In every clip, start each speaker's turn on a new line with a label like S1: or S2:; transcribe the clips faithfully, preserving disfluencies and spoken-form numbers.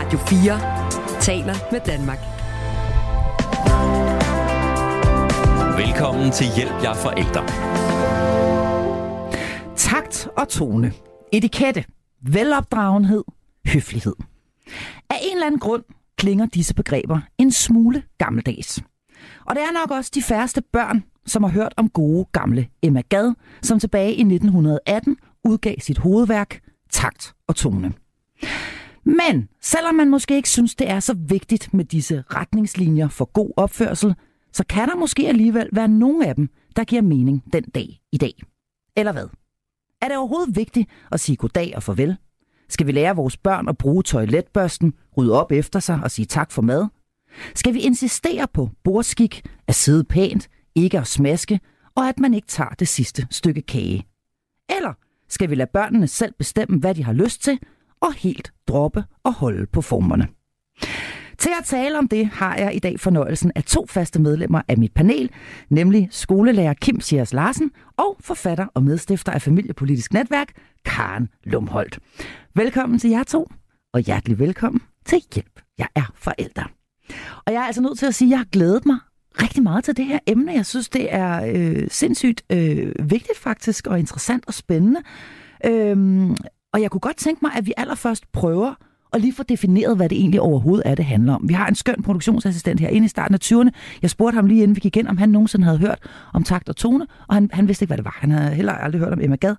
S1: Radio fire taler med Danmark.
S2: Velkommen til Hjælp jer forældre.
S3: Takt og tone, etikette, velopdragenhed, høflighed. Af en eller anden grund klinger disse begreber en smule gammeldags. Og det er nok også de færreste børn, som har hørt om gode gamle Emma Gad, som tilbage i nitten atten udgav sit hovedværk Takt og tone. Men selvom man måske ikke synes, det er så vigtigt med disse retningslinjer for god opførsel, så kan der måske alligevel være nogle af dem, der giver mening den dag i dag. Eller hvad? Er det overhovedet vigtigt at sige goddag og farvel? Skal vi lære vores børn at bruge toiletbørsten, rydde op efter sig og sige tak for mad? Skal vi insistere på bordskik, at sidde pænt, ikke at smaske, og at man ikke tager det sidste stykke kage? Eller skal vi lade børnene selv bestemme, hvad de har lyst til, og helt droppe og holde på formerne? Til at tale om det har jeg i dag fornøjelsen af to faste medlemmer af mit panel, nemlig skolelærer Kim Schiers Larsen og forfatter og medstifter af Familiepolitisk Netværk, Karen Lumholdt. Velkommen til jer to, og hjertelig velkommen til Hjælp jeg er forælder. Og jeg er altså nødt til at sige, at jeg har glædet mig rigtig meget til det her emne. Jeg synes, det er øh, sindssygt øh, vigtigt faktisk, og interessant og spændende. Øhm, og jeg kunne godt tænke mig, at vi allerførst prøver og lige få defineret, hvad det egentlig overhovedet er, det handler om. Vi har en skøn produktionsassistent herinde i starten af tyverne. Jeg spurgte ham lige inden vi gik ind, om han nogensinde havde hørt om takt og tone, og han, han vidste ikke, hvad det var. Han havde heller aldrig hørt om Emma Gad.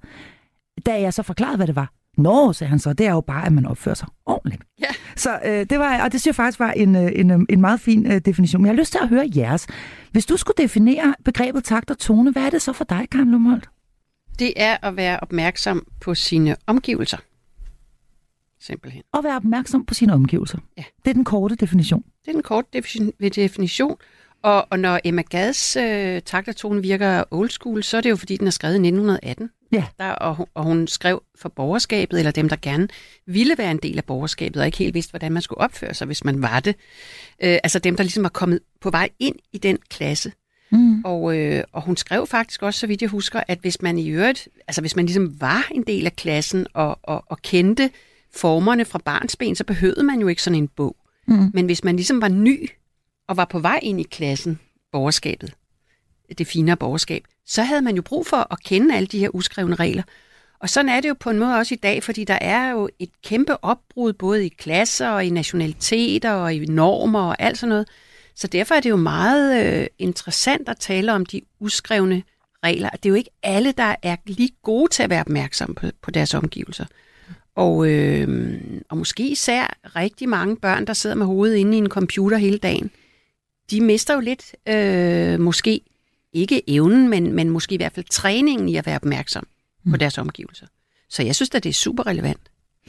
S3: Da jeg så forklarede, hvad det var, nå, sagde han så, det er jo bare, at man opfører sig ordentligt.
S4: Ja.
S3: Så øh, det var, og det synes jeg faktisk var en, en, en meget fin øh, definition. Men jeg har lyst til at høre jeres. Hvis du skulle definere begrebet takt og tone, hvad er det så for dig, Karen Lumholdt?
S4: Det er at være opmærksom på sine omgivelser. Simpelthen.
S3: At være opmærksom på sine omgivelser.
S4: Ja.
S3: Det er den korte definition.
S4: Det er den korte defin- definition. Og, og når Emma Gads øh, takt og tone virker old school, så er det jo fordi, den er skrevet i nitten atten.
S3: Ja.
S4: Der, og, hun, og hun skrev for borgerskabet, eller dem, der gerne ville være en del af borgerskabet, og ikke helt vidste, hvordan man skulle opføre sig, hvis man var det. Øh, altså dem, der ligesom var kommet på vej ind i den klasse. Mm. Og, øh, og hun skrev faktisk også, så vidt jeg husker, at hvis man i øvrigt, altså hvis man ligesom var en del af klassen og, og, og kendte formerne fra barnsben, så behøvede man jo ikke sådan en bog. Mm. Men hvis man ligesom var ny og var på vej ind i klassen, borgerskabet, det finere borgerskab, så havde man jo brug for at kende alle de her uskrevne regler. Og sådan er det jo på en måde også i dag, fordi der er jo et kæmpe opbrud både i klasser og i nationaliteter og i normer og alt sådan noget. Så derfor er det jo meget øh, interessant at tale om de uskrevne regler. Det er jo ikke alle, der er lige gode til at være opmærksomme på, på deres omgivelser. Og, øh, og måske især rigtig mange børn, der sidder med hovedet inde i en computer hele dagen, de mister jo lidt, øh, måske ikke evnen, men, men måske i hvert fald træningen i at være opmærksom mm. på deres omgivelser. Så jeg synes, at det er super relevant.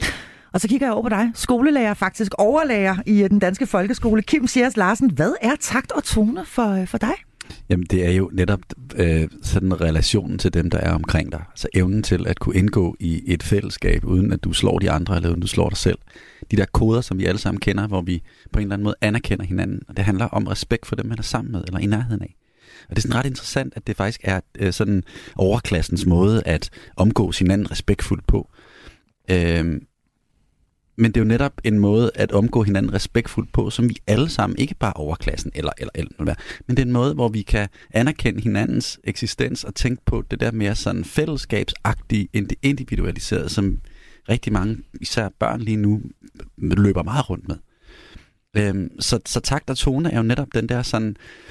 S3: Og så kigger jeg over på dig, skolelærer, faktisk overlærer i den danske folkeskole, Kim Schiers Larsen. Hvad er takt og tone for, for dig?
S5: Jamen, det er jo netop øh, sådan relationen til dem, der er omkring dig. Altså evnen til at kunne indgå i et fællesskab, uden at du slår de andre, eller uden du slår dig selv. De der koder, som vi alle sammen kender, hvor vi på en eller anden måde anerkender hinanden. Og det handler om respekt for dem, man er sammen med, eller i nærheden af. Og det er sådan ret interessant, at det faktisk er øh, sådan overklassens måde at omgås hinanden respektfuldt på. Øh, Men det er jo netop en måde at omgå hinanden respektfuldt på, som vi alle sammen, ikke bare overklassen eller eller eller, men det er en måde, hvor vi kan anerkende hinandens eksistens og tænke på det der mere sådan fællesskabsagtige, individualiseret, som rigtig mange, især børn lige nu, løber meget rundt med. Øhm, så, så takt og tone er jo netop den der sådan,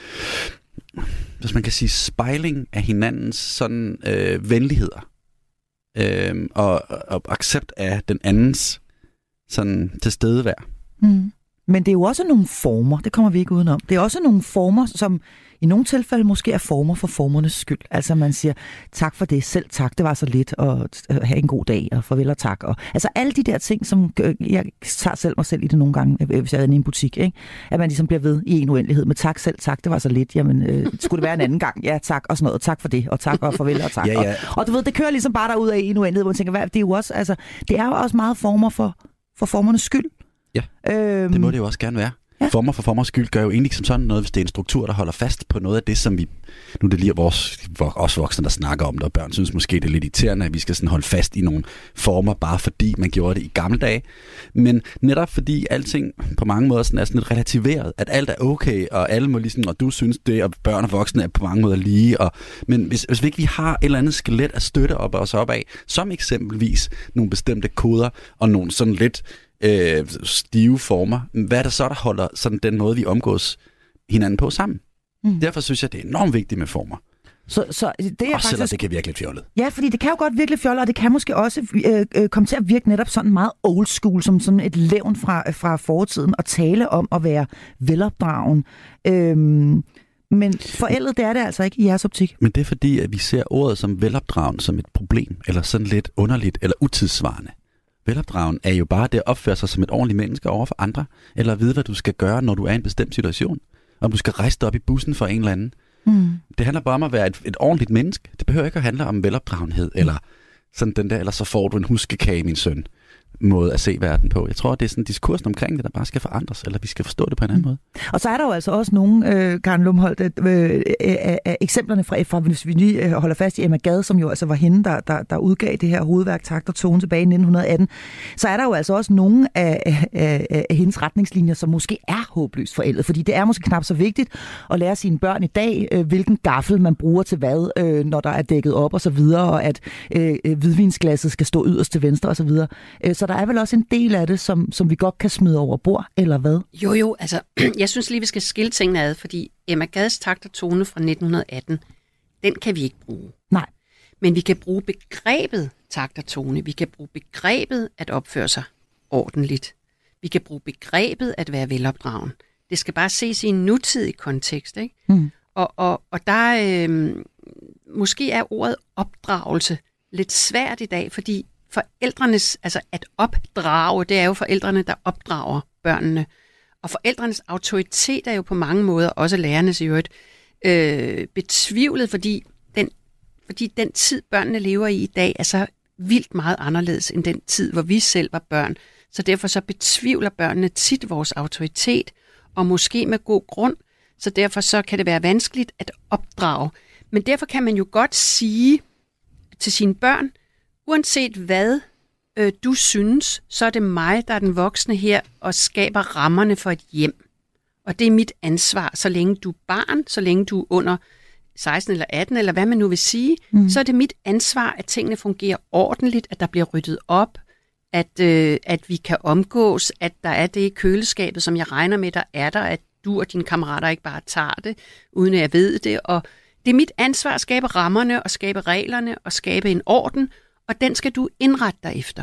S5: hvis man kan sige, spejling af hinandens sådan øh, venligheder øhm, og, og accept af den andens sådan tilstedevær. Mm.
S3: Men det er jo også nogle former, det kommer vi ikke udenom. Det er også nogle former, som i nogle tilfælde måske er former for formernes skyld. Altså man siger, tak for det, selv tak, det var så lidt, og have en god dag, og farvel og tak. Og, altså alle de der ting, som jeg tager selv mig selv i det nogle gange, hvis jeg er inde i en butik, ikke? At man ligesom bliver ved i en uendelighed med tak, selv tak, det var så lidt. Jamen, øh, skulle det være en anden gang? Ja, tak, og sådan noget. Tak for det, og tak, og farvel og tak.
S5: ja, ja.
S3: Og, og du ved, det kører ligesom bare derud af en uendelighed, hvor man tænker, hvad, det er jo også, altså, det er jo også meget former for, for formernes skyld.
S5: Ja, øhm, det må det jo også gerne være. Ja. Former for formers skyld gør jo egentlig som sådan noget, hvis det er en struktur, der holder fast på noget af det, som vi... Nu er det lige vores, også voksne, der snakker om det, og børn synes måske, det er lidt irriterende, at vi skal sådan holde fast i nogle former, bare fordi man gjorde det i gamle dage. Men netop fordi alting på mange måder sådan er sådan lidt relativeret, at alt er okay, og alle må ligesom, og du synes det, og børn og voksne er på mange måder lige. Og, men hvis, hvis vi ikke vi har et eller andet skelet at støtte op os op af, som eksempelvis nogle bestemte koder, og nogle sådan lidt øh, stive former, hvad er det så, der holder sådan den måde, vi omgås hinanden på sammen? Mm. Derfor synes jeg, det er enormt vigtigt med former.
S3: Så, så det er
S5: også
S3: faktisk...
S5: selvom det kan virke lidt fjollet.
S3: Ja, fordi det kan jo godt virkelig fjollet, og det kan måske også øh, øh, komme til at virke netop sådan meget old school, som sådan et levn fra, fra fortiden, og tale om at være velopdragen. Øhm, men forældet, det er det altså ikke i jeres optik.
S5: Men det er fordi, at vi ser ordet som velopdragen som et problem, eller sådan lidt underligt, eller utidssvarende. Velopdragen er jo bare det at opføre sig som et ordentligt menneske over for andre, eller at vide, hvad du skal gøre, når du er i en bestemt situation. Om du skal rejse dig op i bussen for en eller anden. Mm. Det handler bare om at være et, et ordentligt menneske. Det behøver ikke at handle om velopdragenhed, mm. eller sådan den der, eller så får du en huskekage, min søn, måde at se verden på. Jeg tror, det er sådan en diskurs omkring det, der bare skal forandres, eller vi skal forstå det på en anden mm. måde.
S3: Og så er der jo altså også nogle, øh, Karen Lumholdt, øh, øh, øh, eksemplerne fra, fra, hvis vi lige øh, holder fast i Emma Gad, som jo altså var hende, der, der, der udgav det her hovedværk Takt og Tone tilbage i nitten atten, så er der jo altså også nogle af, af, af, af hendes retningslinjer, som måske er håbløst forældet, fordi det er måske knap så vigtigt at lære sine børn i dag, øh, hvilken gaffel man bruger til hvad, øh, når der er dækket op og så videre, og at øh, hvidvinsglasset skal stå yderst til venstre og så videre. Øh, så der er vel også en del af det, som, som vi godt kan smide over bord, eller hvad?
S4: Jo, jo, altså, jeg synes lige, vi skal skille tingene ad, fordi Emma Gads Takt og Tone fra nitten atten, den kan vi ikke bruge.
S3: Nej.
S4: Men vi kan bruge begrebet takt og tone. Vi kan bruge begrebet at opføre sig ordentligt. Vi kan bruge begrebet at være velopdragen. Det skal bare ses i en nutidig kontekst, ikke? Mm. Og, og, og der øh, måske er ordet opdragelse lidt svært i dag, fordi forældrenes, altså at opdrage, det er jo forældrene, der opdrager børnene. Og forældrenes autoritet er jo på mange måder, også lærernes i øvrigt, øh, betvivlet, fordi den, fordi den tid, børnene lever i i dag, er så vildt meget anderledes end den tid, hvor vi selv var børn. Så derfor så betvivler børnene tit vores autoritet, og måske med god grund. Så derfor så kan det være vanskeligt at opdrage. Men derfor kan man jo godt sige til sine børn, uanset hvad øh, du synes, så er det mig, der er den voksne her, og skaber rammerne for et hjem. Og det er mit ansvar, så længe du er barn, så længe du er under seksten eller atten, eller hvad man nu vil sige, mm. så er det mit ansvar, at tingene fungerer ordentligt, at der bliver ryddet op, at, øh, at vi kan omgås, at der er det i køleskabet, som jeg regner med, der er der, at du og dine kammerater ikke bare tager det, uden at jeg ved det. Og det er mit ansvar at skabe rammerne, og skabe reglerne, og skabe en orden, og den skal du indrette dig efter.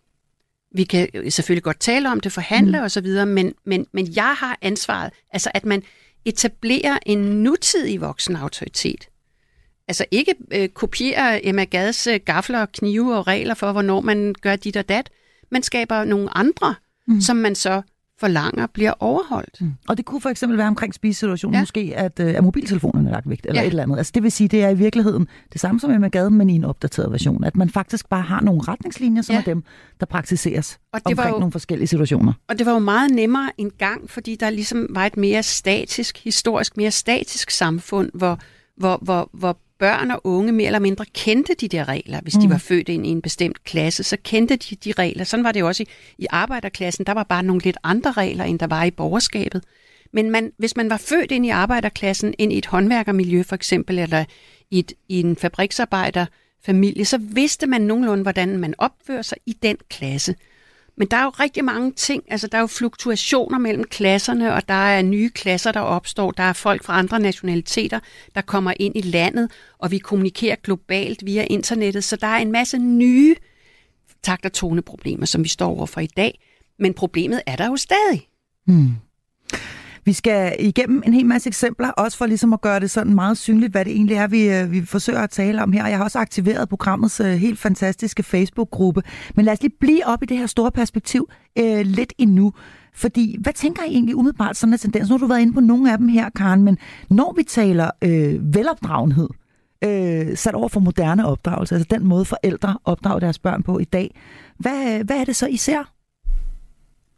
S4: Vi kan selvfølgelig godt tale om det, forhandle mm. osv., men, men, men jeg har ansvaret, altså at man etablerer en nutidig voksen autoritet. Altså ikke øh, kopiere Emma Gads øh, gafler, knive og regler for, hvornår man gør dit og dat. Man skaber nogle andre, mm. som man så forlanger bliver overholdt. Mm.
S3: Og det kunne for eksempel være omkring spisesituationen, ja. måske, at, øh, at mobiltelefonen er lagt væk, eller
S4: ja.
S3: et eller andet. Altså det vil sige, det er i virkeligheden det samme som Emma Gad, men i en opdateret version. At man faktisk bare har nogle retningslinjer, som ja. er dem, der praktiseres og det omkring jo, nogle forskellige situationer.
S4: Og det var jo meget nemmere engang, fordi der ligesom var et mere statisk, historisk mere statisk samfund, hvor, hvor, hvor, hvor børn og unge mere eller mindre kendte de der regler. Hvis mm. de var født ind i en bestemt klasse, så kendte de de regler. Sådan var det jo også i, i arbejderklassen. Der var bare nogle lidt andre regler, end der var i borgerskabet. Men man, hvis man var født ind i arbejderklassen, ind i et håndværkermiljø for eksempel, eller i, et, i en fabriksarbejderfamilie, så vidste man nogenlunde, hvordan man opfører sig i den klasse. Men der er jo rigtig mange ting, altså der er jo fluktuationer mellem klasserne, og der er nye klasser, der opstår. Der er folk fra andre nationaliteter, der kommer ind i landet, og vi kommunikerer globalt via internettet. Så der er en masse nye takt- og toneproblemer, som vi står overfor i dag. Men problemet er der jo stadig.
S3: Hmm. Vi skal igennem en hel masse eksempler, også for ligesom at gøre det sådan meget synligt, hvad det egentlig er, vi, vi forsøger at tale om her. Jeg har også aktiveret programmets uh, helt fantastiske Facebook-gruppe. Men lad os lige blive op i det her store perspektiv uh, lidt endnu. Fordi, hvad tænker I egentlig umiddelbart sådan en tendens? Nu har du været inde på nogle af dem her, Karen, men når vi taler uh, velopdragenhed, uh, sat over for moderne opdragelse, altså den måde forældre opdrager deres børn på i dag, hvad, hvad er det så, I ser?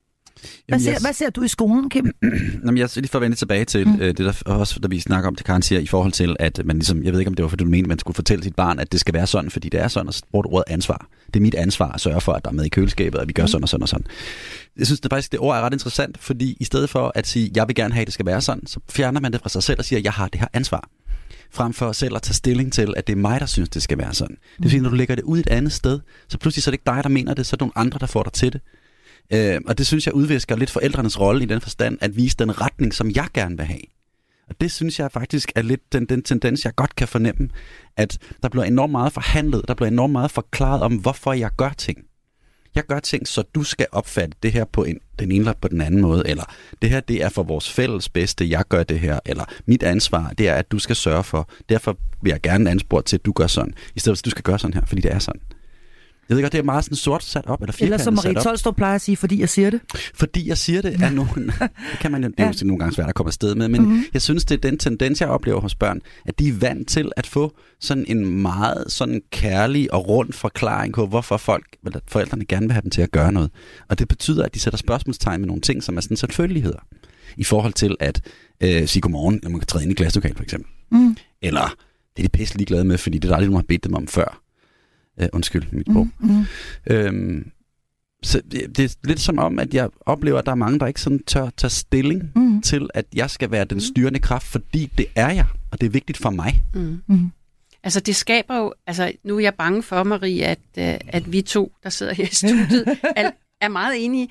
S3: Hvad ser,
S5: jeg...
S3: hvad ser du i skolen, Kim?
S5: Jamen, jeg lige forvente tilbage til mm. øh, det, der også, der vi snakker om, det Karen siger, i forhold til, at man ligesom, jeg ved ikke, om det var, fordi du mente, man skulle fortælle sit barn, at det skal være sådan, fordi det er sådan, og så bruger du ordet ansvar. Det er mit ansvar at sørge for, at der er med i køleskabet, og vi gør mm. sådan og sådan og sådan. Jeg synes det faktisk, det ord er ret interessant, fordi i stedet for at sige, jeg vil gerne have, at det skal være sådan, så fjerner man det fra sig selv og siger, jeg har det her ansvar. Frem for selv at tage stilling til, at det er mig, der synes, det skal være sådan. Det vil sige, når du lægger det ud et andet sted, så pludselig så er det ikke dig, der mener det, så er det nogle andre, der får dig til det. Øh, og det synes jeg udvisker lidt forældrenes rolle i den forstand, at vise den retning, som jeg gerne vil have. Og det synes jeg faktisk er lidt den, den tendens, jeg godt kan fornemme, at der bliver enormt meget forhandlet, der bliver enormt meget forklaret om, hvorfor jeg gør ting. Jeg gør ting, så du skal opfatte det her på en, den ene eller på den anden måde, eller det her, det er for vores fælles bedste, jeg gør det her, eller mit ansvar, det er, at du skal sørge for. Derfor vil jeg gerne anspore til, at du gør sådan, i stedet for, at du skal gøre sådan her, fordi det er sådan. Jeg ved godt, det er meget sådan sort sat op, eller firkantet sat op.
S3: Eller som Marie Tolstrup plejer at sige, fordi jeg siger det.
S5: Fordi jeg siger det, er nogen, det kan man jo, det er jo ja. nogle gange svært at komme afsted med, men mm-hmm. jeg synes, det er den tendens, jeg oplever hos børn, at de er vant til at få sådan en meget sådan kærlig og rund forklaring på, hvorfor folk, eller forældrene gerne vil have dem til at gøre noget. Og det betyder, at de sætter spørgsmålstegn med nogle ting, som er sådan selvfølgeligheder. I forhold til at øh, sige godmorgen, når man kan træde ind i klasselokalet for eksempel. Mm. Eller det er de pisse ligeglade med, fordi det er der aldrig nogen har bedt dem om før. Uh, undskyld, mit sprog. Mm, mm. Øhm, så det, det er lidt som om, at jeg oplever, at der er mange, der ikke sådan tør tage stilling mm. til, at jeg skal være den styrende kraft, fordi det er jeg, og det er vigtigt for mig.
S4: Mm. Mm. Altså det skaber jo, altså nu er jeg bange for, Marie, at, at vi to, der sidder her i studiet, er, er meget enige.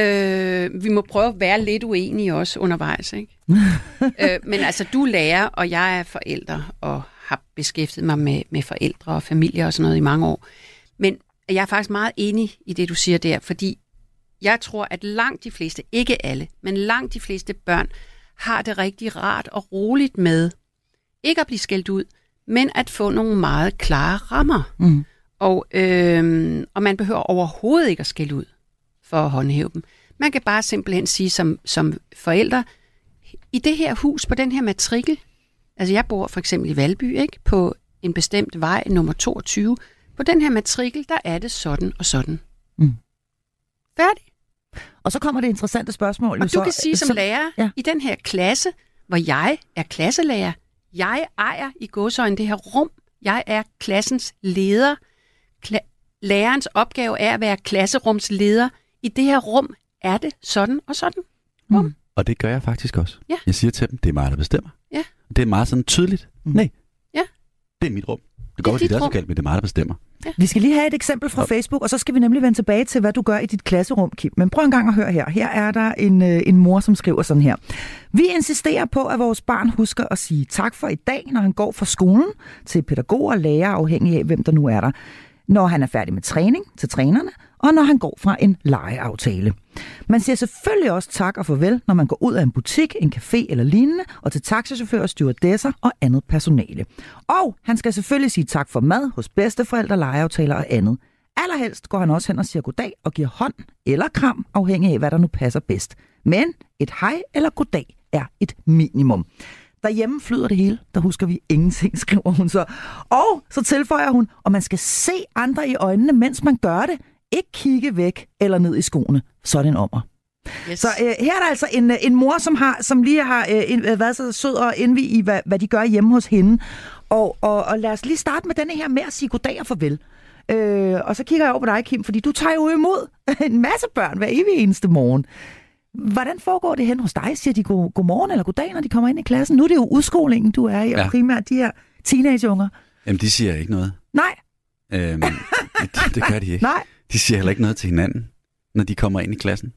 S4: Øh, vi må prøve at være lidt uenige også undervejs, ikke? øh, men altså du er lærer, og jeg er forælder, og har beskæftiget mig med, med forældre og familie og sådan noget i mange år. Men jeg er faktisk meget enig i det, du siger der, fordi jeg tror, at langt de fleste, ikke alle, men langt de fleste børn, har det rigtig rart og roligt med ikke at blive skældt ud, men at få nogle meget klare rammer. Mm. Og, øh, og man behøver overhovedet ikke at skælde ud for at håndhæve dem. Man kan bare simpelthen sige som, som forældre, i det her hus, på den her matrikel, altså jeg bor for eksempel i Valby, ikke? På en bestemt vej, nummer toogtyve. På den her matrikel, der er det sådan og sådan. Mm. Færdig.
S3: Og så kommer det interessante spørgsmål.
S4: Og du
S3: så,
S4: kan sige som
S3: så,
S4: lærer,
S3: ja.
S4: i den her klasse, hvor jeg er klasselærer, jeg ejer i gåseøjne det her rum, jeg er klassens leder. Kla- lærerens opgave er at være klasserumsleder. I det her rum er det sådan og sådan. Rum. Mm.
S5: Og det gør jeg faktisk også.
S4: Ja.
S5: Jeg siger til dem, det er mig, der bestemmer.
S4: Ja.
S5: Det er meget sådan tydeligt. Mm. Nej,
S4: ja.
S5: det er mit rum. Det går, fordi det er så galt, men det er mig, der bestemmer.
S3: Ja. Vi skal lige have et eksempel fra Facebook, og så skal vi nemlig vende tilbage til, hvad du gør i dit klasserum, Kim. Men prøv en gang at høre her. Her er der en, en mor, som skriver sådan her. Vi insisterer på, at vores barn husker at sige tak for i dag, når han går fra skolen til pædagoger og lærere, afhængig af, hvem der nu er der. Når han er færdig med træning til trænerne, og når han går fra en legeaftale. Man siger selvfølgelig også tak og farvel, når man går ud af en butik, en café eller lignende, og til taxichauffører, stewardesser og andet personale. Og han skal selvfølgelig sige tak for mad hos bedsteforældre, legeaftaler og andet. Allerhelst går han også hen og siger goddag og giver hånd eller kram, afhængig af, hvad der nu passer bedst. Men et hej eller goddag er et minimum. Derhjemme flyder det hele, der husker vi ingenting, skriver hun så. Og så tilføjer hun, at man skal se andre i øjnene, mens man gør det. Ikke kigge væk eller ned i skoene. Så er det en ommer. Yes. Så øh, her er der altså en, en mor, som har som lige har øh, været så sød og indvig i, hvad, hvad de gør hjemme hos hende. Og, og, og lad os lige starte med denne her med at sige goddag og farvel. Øh, og så kigger jeg over på dig, Kim, fordi du tager jo imod en masse børn hver evig eneste morgen. Hvordan foregår det hen hos dig? Siger de god, godmorgen eller goddag, når de kommer ind i klassen? Nu er det jo udskolingen, du er i, og ja. primært de her teenageunger.
S5: Jamen, de siger ikke noget.
S3: Nej.
S5: Øhm, det, det gør de ikke.
S3: Nej.
S5: De siger heller ikke noget til hinanden, når de kommer ind i klassen.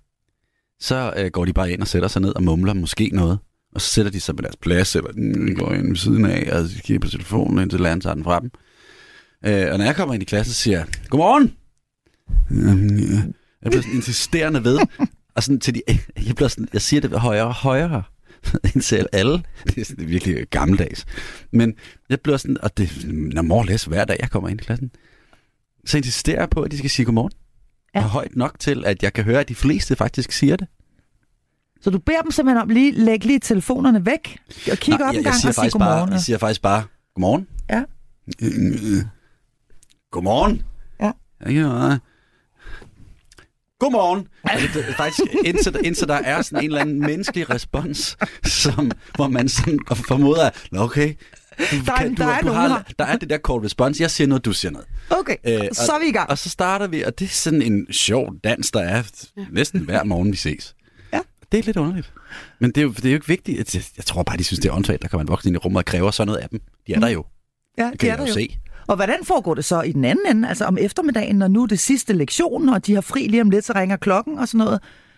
S5: Så øh, går de bare ind og sætter sig ned og mumler måske noget. Og så sætter de sig på deres plads, eller de går ind ved siden af, og de kigger på telefonen, indtil læreren tager den fra dem. Øh, og når jeg kommer ind i klassen, siger jeg, godmorgen! Jeg bliver sådan insisterende ved, og sådan til de, jeg, bliver sådan, jeg siger det højere og højere, indtil alle. Det er, sådan, det er virkelig gammeldags. Men jeg bliver sådan, og det, når mor læser hver dag, jeg kommer ind i klassen, så insisterer jeg på, at de skal sige godmorgen. Ja. Og højt nok til, at jeg kan høre, at de fleste faktisk siger det.
S3: Så du beder dem simpelthen om lige lægge lige telefonerne væk og kigge
S5: Nej,
S3: op
S5: jeg,
S3: en gang
S5: jeg
S3: og sige godmorgen.
S5: Bare, jeg siger faktisk bare godmorgen.
S3: Ja.
S5: Godmorgen.
S3: Ja.
S5: Ja. godmorgen. Altså, det er faktisk, indtil, indtil der er sådan en eller anden menneskelig respons, som, hvor man sådan formoder, okay, du,
S3: der,
S5: kan, du,
S3: der, er
S5: du har,
S3: her.
S5: der er det der call response. Jeg siger noget, du siger noget.
S3: Okay, øh, og, så er vi i gang.
S5: Og så starter vi, og det er sådan en sjov dans, der er næsten hver morgen, vi ses.
S3: Ja.
S5: Det er lidt underligt. Men det er, jo, det er jo ikke vigtigt. Jeg, jeg tror bare, de synes, det er åndssvagt. Der kan man vokse ind i rummet og kræver sådan noget af dem. De er der jo.
S3: Ja,
S5: det kan
S3: de er
S5: jeg
S3: der
S5: jo
S3: jo.
S5: se.
S3: Og hvordan foregår det så i den anden ende? Altså om eftermiddagen, når nu er det sidste lektion, og de har fri lige om lidt, så ringer klokken og sådan noget.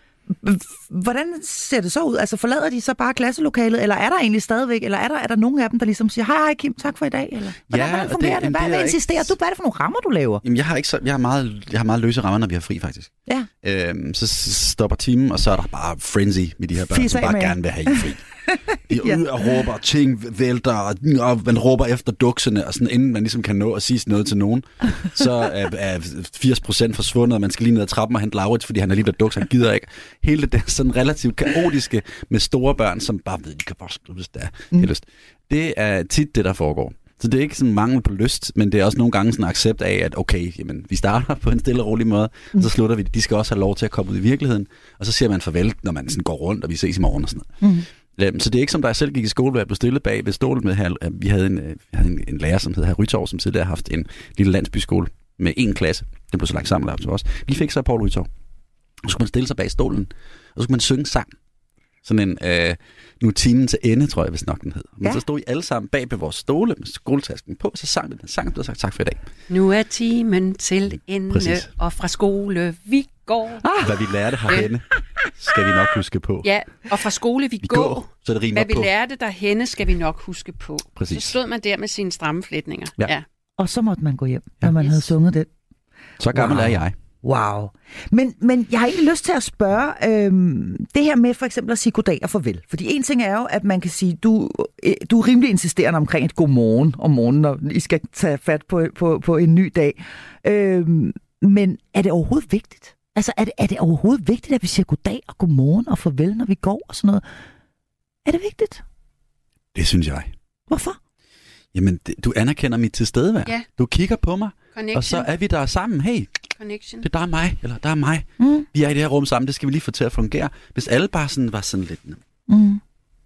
S3: Hvordan ser det så ud? Altså forlader de så bare klasselokalet, eller er der egentlig stadigvæk, eller er der, er der nogen af dem, der ligesom siger, hej, hej Kim, tak for i dag? Eller hvordan,
S5: Ja,
S3: hvordan fungerer
S5: det,
S3: det? Hvad,
S5: det
S3: hvad
S5: er
S3: insisterer
S5: ikke...
S3: du? Hvad er det for nogle rammer, du laver?
S5: Jamen, jeg har, ikke så, jeg har, meget, jeg har meget løse rammer, når vi har fri, faktisk.
S3: Ja.
S5: Øhm, så stopper timen, og så er der bare frenzy med de her børn,
S3: Fis
S5: som
S3: af
S5: bare
S3: med.
S5: gerne vil have i fri. De er
S3: Ja.
S5: ude og råber, ting vælter, og, og man råber efter duksene, og sådan, inden man ligesom kan nå at sige noget til nogen, så er, er firs procent forsvundet, og man skal lige ned ad trappen og hente Laurits, fordi han er lige blevet duks, han gider ikke. Hele det der sådan relativt kaotiske med store børn, som bare ved, de kan bare skrive, hvis det er mm. lyst. Det er tit det, der foregår. Så det er ikke sådan mangel på lyst, men det er også nogle gange sådan en accept af, at okay, jamen, vi starter på en stille og rolig måde, og så slutter vi det. De skal også have lov til at komme ud i virkeligheden, og så siger man farvel, når man sådan går rundt, og vi ses i morgen og sådan noget. Mm. Så det er ikke som, da jeg selv gik i skole, hvor jeg blev stillet bag ved stolen med her. Vi havde en, vi havde en, en lærer, som hed Herr Rytorv, som tidligere har haft en lille landsbyskole med én klasse. Den blev så lagt sammen til os. Vi fik så Poul Rytorv. Så skulle man stille sig bag stolen, og så skulle man synge sang. Sådan en, øh, nu timen til ende, tror jeg, hvis nok den hed. Men ja. Så stod I alle sammen bag ved vores stole med skoletasken på, så sang vi den sang, og blev sagt tak for i dag.
S4: Nu er timen til ende,
S5: Præcis.
S4: Og fra skole vi går.
S5: Ah. Hvad vi lærte herhenne, skal vi nok huske på.
S4: Ja, og fra skole vi,
S5: vi
S4: går.
S5: går. Så det rimer
S4: Hvad vi
S5: på.
S4: lærte derhenne, skal vi nok huske på.
S5: Præcis.
S4: Så stod man der med sine stramme flætninger.
S5: Ja.
S4: Ja.
S3: Og så måtte man gå hjem,
S5: Ja.
S3: når man
S4: Yes.
S3: havde sunget det.
S5: Så gammel
S3: Wow.
S5: er jeg.
S3: Wow. Men, men jeg har egentlig lyst til at spørge, øhm, det her med for eksempel at sige goddag og farvel. Fordi en ting er jo, at man kan sige, du, øh, du er rimelig insisterende omkring et godmorgen om morgenen, når I skal tage fat på, på, på en ny dag. Øhm, men er det overhovedet vigtigt? Altså er det, er det overhovedet vigtigt, at vi siger goddag og godmorgen og farvel, når vi går og sådan noget? Er det vigtigt?
S5: Det synes jeg.
S3: Hvorfor?
S5: Jamen, det, du anerkender mit tilstedevær.
S4: Ja.
S5: Du kigger på mig,
S4: Connection.
S5: og så er vi der sammen. Hey,
S4: Connection.
S5: det er dig og mig, eller der er mig.
S3: Mm.
S5: Vi er i det her rum sammen, det skal vi lige få til at fungere. Hvis alle bare sådan var sådan lidt...
S3: Mm.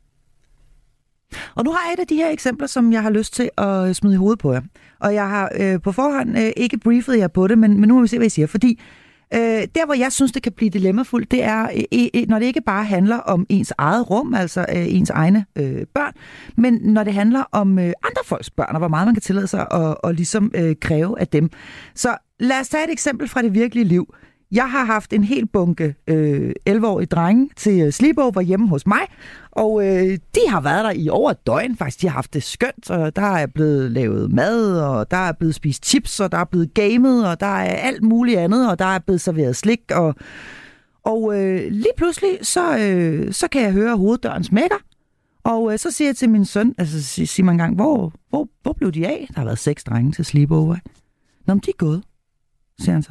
S3: Og nu har jeg et af de her eksempler, som jeg har lyst til at smide i hovedet på jer. Og jeg har øh, på forhånd øh, ikke briefet jer på det, men, men nu må vi se, hvad I siger. Fordi øh, der, hvor jeg synes, det kan blive dilemmafuldt, det er, øh, øh, når det ikke bare handler om ens eget rum, altså øh, ens egne øh, børn, men når det handler om øh, andre folks børn, og hvor meget man kan tillade sig at, og ligesom øh, kræve af dem. Så lad os tage et eksempel fra det virkelige liv. Jeg har haft en hel bunke øh, elleve-årige drenge til sleepover hjemme hos mig, og øh, de har været der i over et døgn faktisk. De har haft det skønt, og der er blevet lavet mad, og der er blevet spist chips, og der er blevet gamet, og der er alt muligt andet, og der er blevet serveret slik. Og, og øh, lige pludselig, så, øh, så kan jeg høre hoveddøren smækker, og øh, så siger jeg til min søn, altså siger man engang, hvor, hvor, hvor blev de af? Der har været seks drenge til sleepover. Nå, men de er gået, siger han så.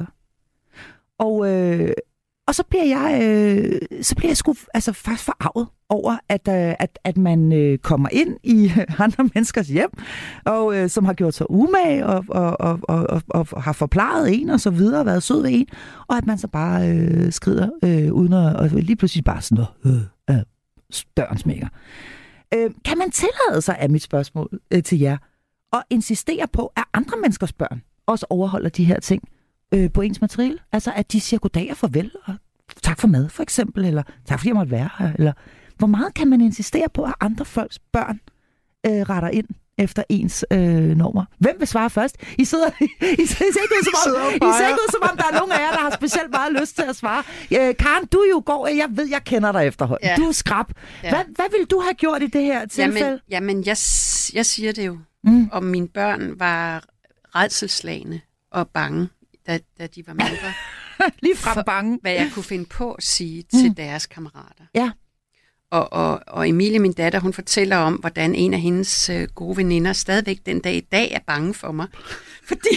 S3: Og, øh, og så bliver jeg øh, så bliver jeg sgu altså faktisk forarvet over, at, øh, at, at man øh, kommer ind i andre menneskers hjem, og øh, som har gjort sig umage og, og, og, og, og, og har forplejet en og så videre, og været sød ved en, og at man så bare øh, skrider øh, uden at og lige pludselig bare sådan noget, øh, øh, døren smækker. Øh, kan man tillade sig, af mit spørgsmål øh, til jer, at insistere på, at andre menneskers børn også overholder de her ting? Øh, på ens materiale. Altså, at de siger goddag og farvel, og tak for mad, for eksempel, eller tak fordi jeg måtte være her, eller hvor meget kan man insistere på, at andre folks børn øh, retter ind efter ens øh, normer? Hvem vil svare først? I sidder, I, I ser ikke ud, som om, I ser ikke ud, som om der er nogen af jer, der har specielt meget lyst til at svare. Øh, Karen, du jo går, jeg ved, jeg kender dig efterhånden. Ja. Du er skrap. Ja. Hvad, hvad ville du have gjort i det her tilfælde?
S4: Jamen, jamen jeg, jeg siger det jo.
S3: Mm.
S4: Om mine børn var rædselsslagne og bange, Da, da de var mindre.
S3: Lige frem bange.
S4: Hvad jeg kunne finde på at sige
S3: mm.
S4: til deres kammerater.
S3: Ja.
S4: Og, og, og Emilie, min datter, hun fortæller om, hvordan en af hendes øh, gode veninder stadigvæk den dag i dag er bange for mig. Fordi,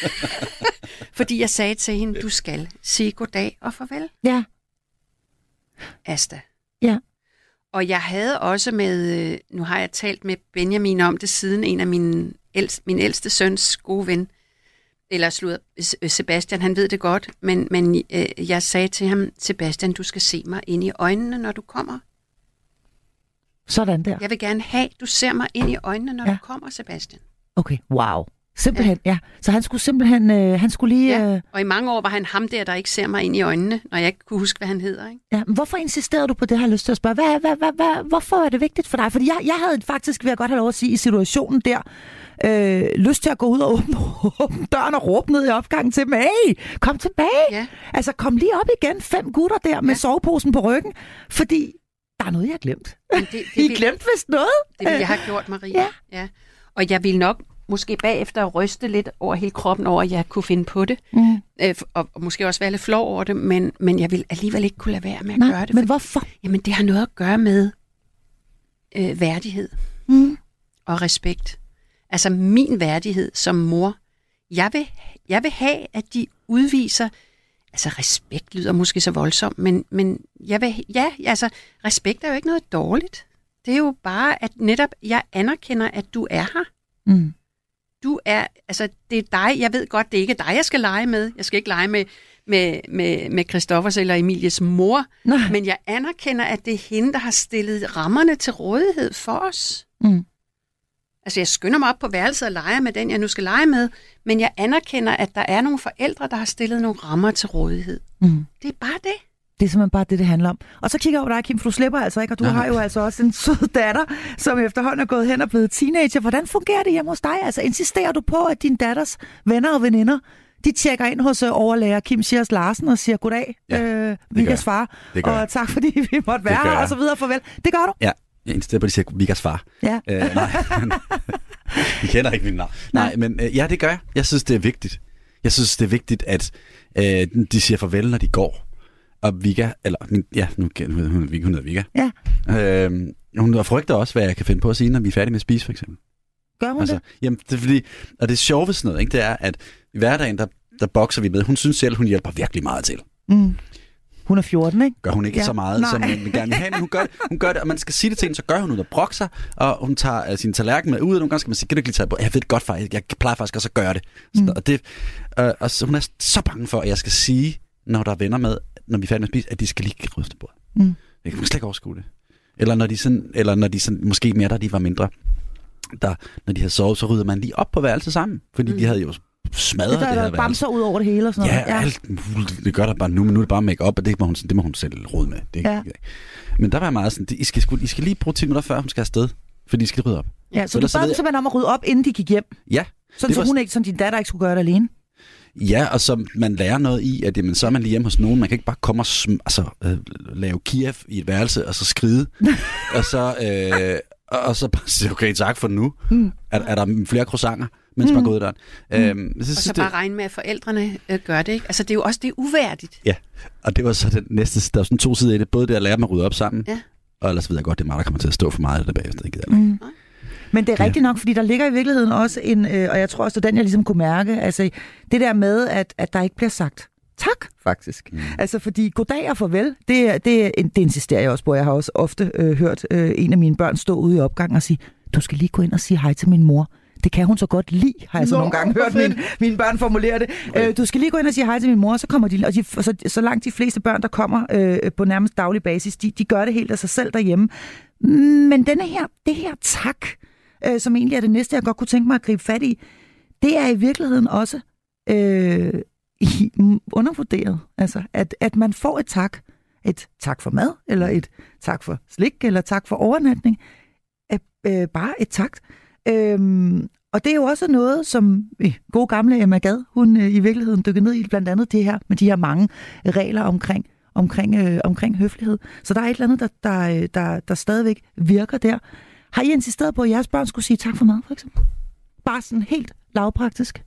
S4: fordi jeg sagde til hende, du skal sige goddag og farvel.
S3: Ja.
S4: Asta.
S3: Ja.
S4: Og jeg havde også med, nu har jeg talt med Benjamin om det siden, en af min, ældste, min ældste søns gode ven, eller slået, Sebastian, han ved det godt, men, men øh, jeg sagde til ham, Sebastian, du skal se mig ind i øjnene, når du kommer.
S3: Sådan der.
S4: Jeg vil gerne have, du ser mig ind i øjnene, når ja. du kommer, Sebastian.
S3: Okay, wow. Simpelthen, ja. ja. Så han skulle simpelthen, øh, han skulle lige...
S4: Ja.
S3: Øh...
S4: Og i mange år var han ham der, der ikke ser mig ind i øjnene, når jeg ikke kunne huske, hvad han hedder. Ikke?
S3: Ja, men hvorfor insisterede du på det, har jeg lyst til at spørge? Hvad, hvad, hvad, hvad, hvorfor er det vigtigt for dig? Fordi jeg, jeg havde faktisk, vil jeg godt have lov at sige, i situationen der, øh, lyst til at gå ud og åbne, åbne døren og råbe ned i opgangen til dem. Hey, kom tilbage! Ja. Altså, kom lige op igen. Fem gutter der med ja. soveposen på ryggen. Fordi der er noget, jeg har glemt. Det, det, I vil, glemte vist noget.
S4: Det vil jeg have gjort, Maria. Ja. Ja. Og jeg vil nok måske bagefter ryste lidt over hele kroppen over, at jeg kunne finde på det. Mm. Øh, og, og måske også være lidt flov over det, men, men jeg vil alligevel ikke kunne lade være med at
S3: Nej,
S4: gøre det.
S3: Men hvorfor?
S4: Jamen, det har noget at gøre med øh, værdighed mm. og respekt. Altså min værdighed som mor. Jeg vil, jeg vil have, at de udviser, altså respekt lyder måske så voldsomt, men, men jeg vil, ja, altså respekt er jo ikke noget dårligt. Det er jo bare, at netop jeg anerkender, at du er her. Mm. Du er, altså det er dig, jeg ved godt, det er ikke dig, jeg skal lege med. Jeg skal ikke lege med, med, med, med Christoffers eller Emilies mor. Nej. Men jeg anerkender, at det er hende, der har stillet rammerne til rådighed for os. Mm. Altså jeg skynder mig op på værelset og leger med den, jeg nu skal lege med, men jeg anerkender, at der er nogle forældre, der har stillet nogle rammer til rådighed. Mm. Det er bare det.
S3: Det er simpelthen bare det, det handler om. Og så kigger jeg over dig, Kim, for du slipper altså ikke, og du Nej. har jo altså også en sød datter, som efterhånden er gået hen og blevet teenager. Hvordan fungerer det hjemme hos dig? Altså insisterer du på, at din datters venner og veninder, de tjekker ind hos overlærer Kim Schiers Larsen og siger goddag, ja, øh, Vikas far, og tak fordi vi måtte være her, og så videre, farvel. Det gør du?
S5: Ja, jeg insisterer på, at de siger Vikas far.
S3: Ja.
S5: Øh, nej, de kender ikke min navn. Nej, nej men øh, ja, det gør jeg. Jeg synes, det er vigtigt. Jeg synes, det er vigtigt, at øh, de siger farvel, når de går. Og Vika, eller ja, nu hun, hun, hun hedder Vika.
S3: Ja.
S5: Øhm, hun frygter også, hvad jeg kan finde på at sige, når vi er færdige med at spise, for eksempel.
S3: Gør hun
S5: altså,
S3: det?
S5: Jamen, det er fordi, og det sjove ved sådan noget, ikke, det er, at i hverdagen, der, der bokser vi med. Hun synes selv, hun hjælper virkelig meget til.
S3: Mm. Hun er fjorten, ikke?
S5: Gør hun ikke ja. så meget, Nej. som man vil gerne have, men hun gør det, hun gør det, og man skal sige det til hende, så gør hun ud og brokker og hun tager uh, sin tallerken med ud, og nogle gange skal man sige, kan du ikke lige tage på? Jeg ved det godt, faktisk. Jeg plejer faktisk også at gøre det. Mm. Så, og det uh, og så, hun er så bange for, at jeg skal sige, når der er venner med, når vi er færdige med at spise, at de skal lige ryste bordet. Mm. Jeg kan slet ikke overskue det. Eller når de sådan, eller når de sådan, måske mere, da de var mindre, der, når de havde sovet, så rydder man lige op på værelset sammen, fordi mm. de havde jo smadret det, der, det her
S3: der bamser ud over det hele og sådan
S5: ja,
S3: noget. Ja,
S5: alt muligt. Det gør der bare nu, men nu er det bare make-up, og det må hun, det må hun selv rode med. Det, ja. Men der var meget sådan, I skal, I skal lige bruge ti minutter før, hun skal afsted, fordi I skal rydde op.
S3: Ja, så, så du bad dem simpelthen om at rydde op, inden de gik hjem?
S5: Ja.
S3: Sådan, så
S5: var...
S3: hun ikke, sådan din datter ikke skulle gøre det alene?
S5: Ja, og så man lærer noget i, at jamen, så er man lige hjemme hos nogen. Man kan ikke bare komme og sm- altså, øh, lave Kiev i et værelse, og så skride. og så øh, og så bare sige, okay, tak for nu. Mm. Er, er der flere croissanter, mens mm. man går ud af døren?
S4: Mm.
S5: Øhm, så,
S4: og så, så bare det... regne med, at forældrene øh, gør det, ikke? Altså, det er jo også det er uværdigt.
S5: Ja, og det var så den næste, der var sådan to sider i det. Både det at lære dem at rydde op sammen,
S4: ja.
S5: og ellers ved jeg godt, det er mig, der kommer til at stå for meget af det bagefter. Ikke? Mm.
S3: Men det er rigtigt nok, fordi der ligger i virkeligheden også en, øh, og jeg tror også, det er den, jeg ligesom kunne mærke, altså det der med, at, at der ikke bliver sagt tak, faktisk. Mm. Altså fordi goddag og farvel, det, det, det insisterer jeg også på. Jeg har også ofte øh, hørt øh, en af mine børn stå ude i opgangen og sige, du skal lige gå ind og sige hej til min mor. Det kan hun så godt lide, har jeg så Nå, nogle gange hørt mine, mine børn formulere det. Okay. Øh, du skal lige gå ind og sige hej til min mor, så kommer de, og de, så, så langt de fleste børn, der kommer øh, på nærmest daglig basis, de, de gør det helt af sig selv derhjemme. Men denne her, det her tak, øh, som egentlig er det næste, jeg godt kunne tænke mig at gribe fat i, det er i virkeligheden også øh, undervurderet. Altså, at, at man får et tak. Et tak for mad, eller et tak for slik, eller tak for overnatning. Øh, bare et tak. Øhm, og det er jo også noget, som øh, gode gamle Emma Gad, hun øh, i virkeligheden dykkede ned i, blandt andet det her, med de her mange regler omkring, omkring, øh, omkring høflighed. Så der er et eller andet, der, der, der, der stadigvæk virker der. Har I insisteret på, at jeres børn skulle sige tak for mad, for eksempel? Bare sådan helt lavpraktisk.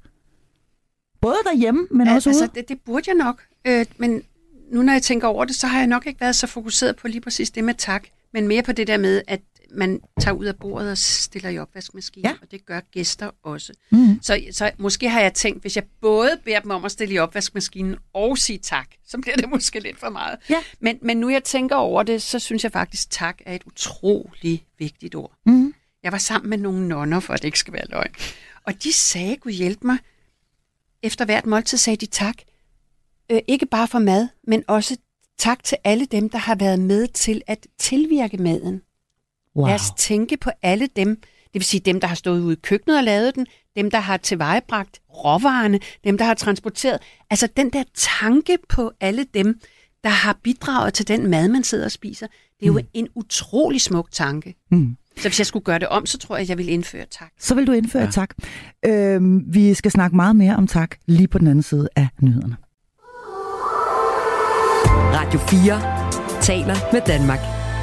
S3: Både derhjemme, men ja, også
S4: altså,
S3: ude?
S4: Det, det burde jeg nok. Øh, men nu når jeg tænker over det, så har jeg nok ikke været så fokuseret på lige præcis det med tak, men mere på det der med, at man tager ud af bordet og stiller i opvaskemaskinen, ja. Og det gør gæster også. Mm. Så, så måske har jeg tænkt, hvis jeg både beder dem om at stille i opvaskemaskinen og sige tak, så bliver det måske lidt for meget.
S3: Ja.
S4: Men, men nu jeg tænker over det, så synes jeg faktisk, tak er et utrolig vigtigt ord.
S3: Mm.
S4: Jeg var sammen med nogle nonner, for at det ikke skal være løgn. Og de sagde, Gud hjælp mig, efter hvert måltid sagde de tak. Øh, ikke bare for mad, men også tak til alle dem, der har været med til at tilvirke maden.
S3: Wow.
S4: Lad os tænke på alle dem, det vil sige dem, der har stået ude i køkkenet og lavet den, dem, der har tilvejebragt råvarerne, dem, der har transporteret. Altså den der tanke på alle dem, der har bidraget til den mad, man sidder og spiser, det er jo mm. en utrolig smuk tanke. Mm. Så hvis jeg skulle gøre det om, så tror jeg, at jeg ville indføre tak.
S3: Så vil du indføre ja. tak. Øhm, vi skal snakke meget mere om tak lige på den anden side af nyhederne.
S1: Radio fire taler med Danmark.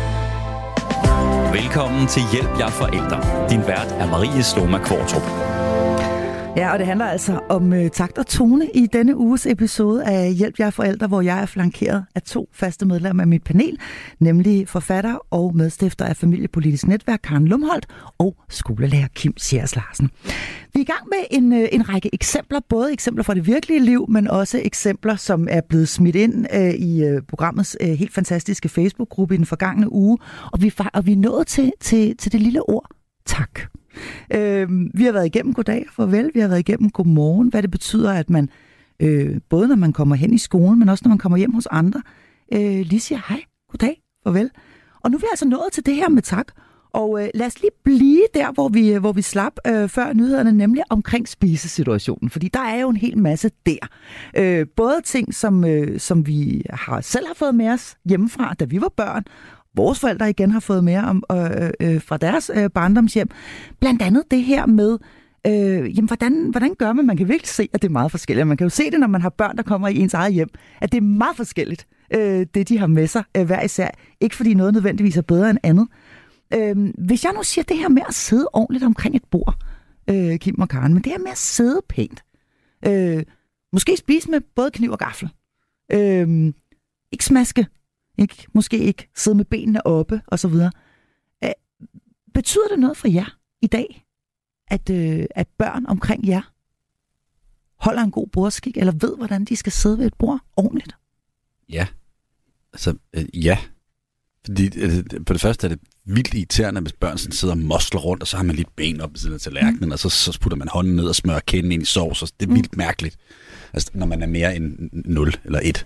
S2: Velkommen til Hjælp jer forældre. Din vært er Marie Sloma Kvartrup.
S3: Ja, og det handler altså om øh, takt og tone i denne uges episode af Hjælp jer forældre, hvor jeg er flankeret af to faste medlemmer af mit panel, nemlig forfatter og medstifter af Familiepolitisk Netværk Karen Lumholdt og skolelærer Kim Sierres Larsen. Vi er i gang med en, øh, en række eksempler, både eksempler fra det virkelige liv, men også eksempler, som er blevet smidt ind øh, i øh, programmets øh, helt fantastiske Facebook-gruppe i den forgangne uge, og vi, og vi er nået til, til, til det lille ord tak. Øh, vi har været igennem goddag og farvel, vi har været igennem godmorgen, hvad det betyder, at man, øh, både når man kommer hen i skolen, men også når man kommer hjem hos andre, øh, lige siger hej, goddag, farvel. Og nu er vi altså nået til det her med tak, og øh, lad os lige blive der, hvor vi, hvor vi slap øh, før nyhederne, nemlig omkring spisesituationen, fordi der er jo en hel masse der. Øh, både ting, som, øh, som vi har selv har fået med os hjemmefra, da vi var børn, vores forældre igen har fået mere om, øh, øh, fra deres øh, barndomshjem. Blandt andet det her med, øh, jamen, hvordan, hvordan gør man? Man kan virkelig se, at det er meget forskelligt. Man kan jo se det, når man har børn, der kommer i ens eget hjem, at det er meget forskelligt, øh, det de har med sig øh, hver især. Ikke fordi noget nødvendigvis er bedre end andet. Øh, hvis jeg nu siger det her med at sidde ordentligt omkring et bord, øh, Kim og Karen, men det her med at sidde pænt. Øh, måske spise med både kniv og gaffel. Øh, ikke smaske. Ikke, måske ikke sidde med benene oppe, og så videre. Æh, betyder det noget for jer i dag, at, øh, at børn omkring jer holder en god bordskik, eller ved, hvordan de skal sidde ved et bord ordentligt?
S5: Ja. Altså, øh, ja. Fordi øh, på det første er det vildt irriterende, hvis børn sådan sidder og mosler rundt, og så har man lidt ben op ved siden af tallerkenen, mm. og så, så putter man hånden ned og smører kænden ind i sovs, og det er vildt mm. mærkeligt. Altså, når man er mere end nul eller et.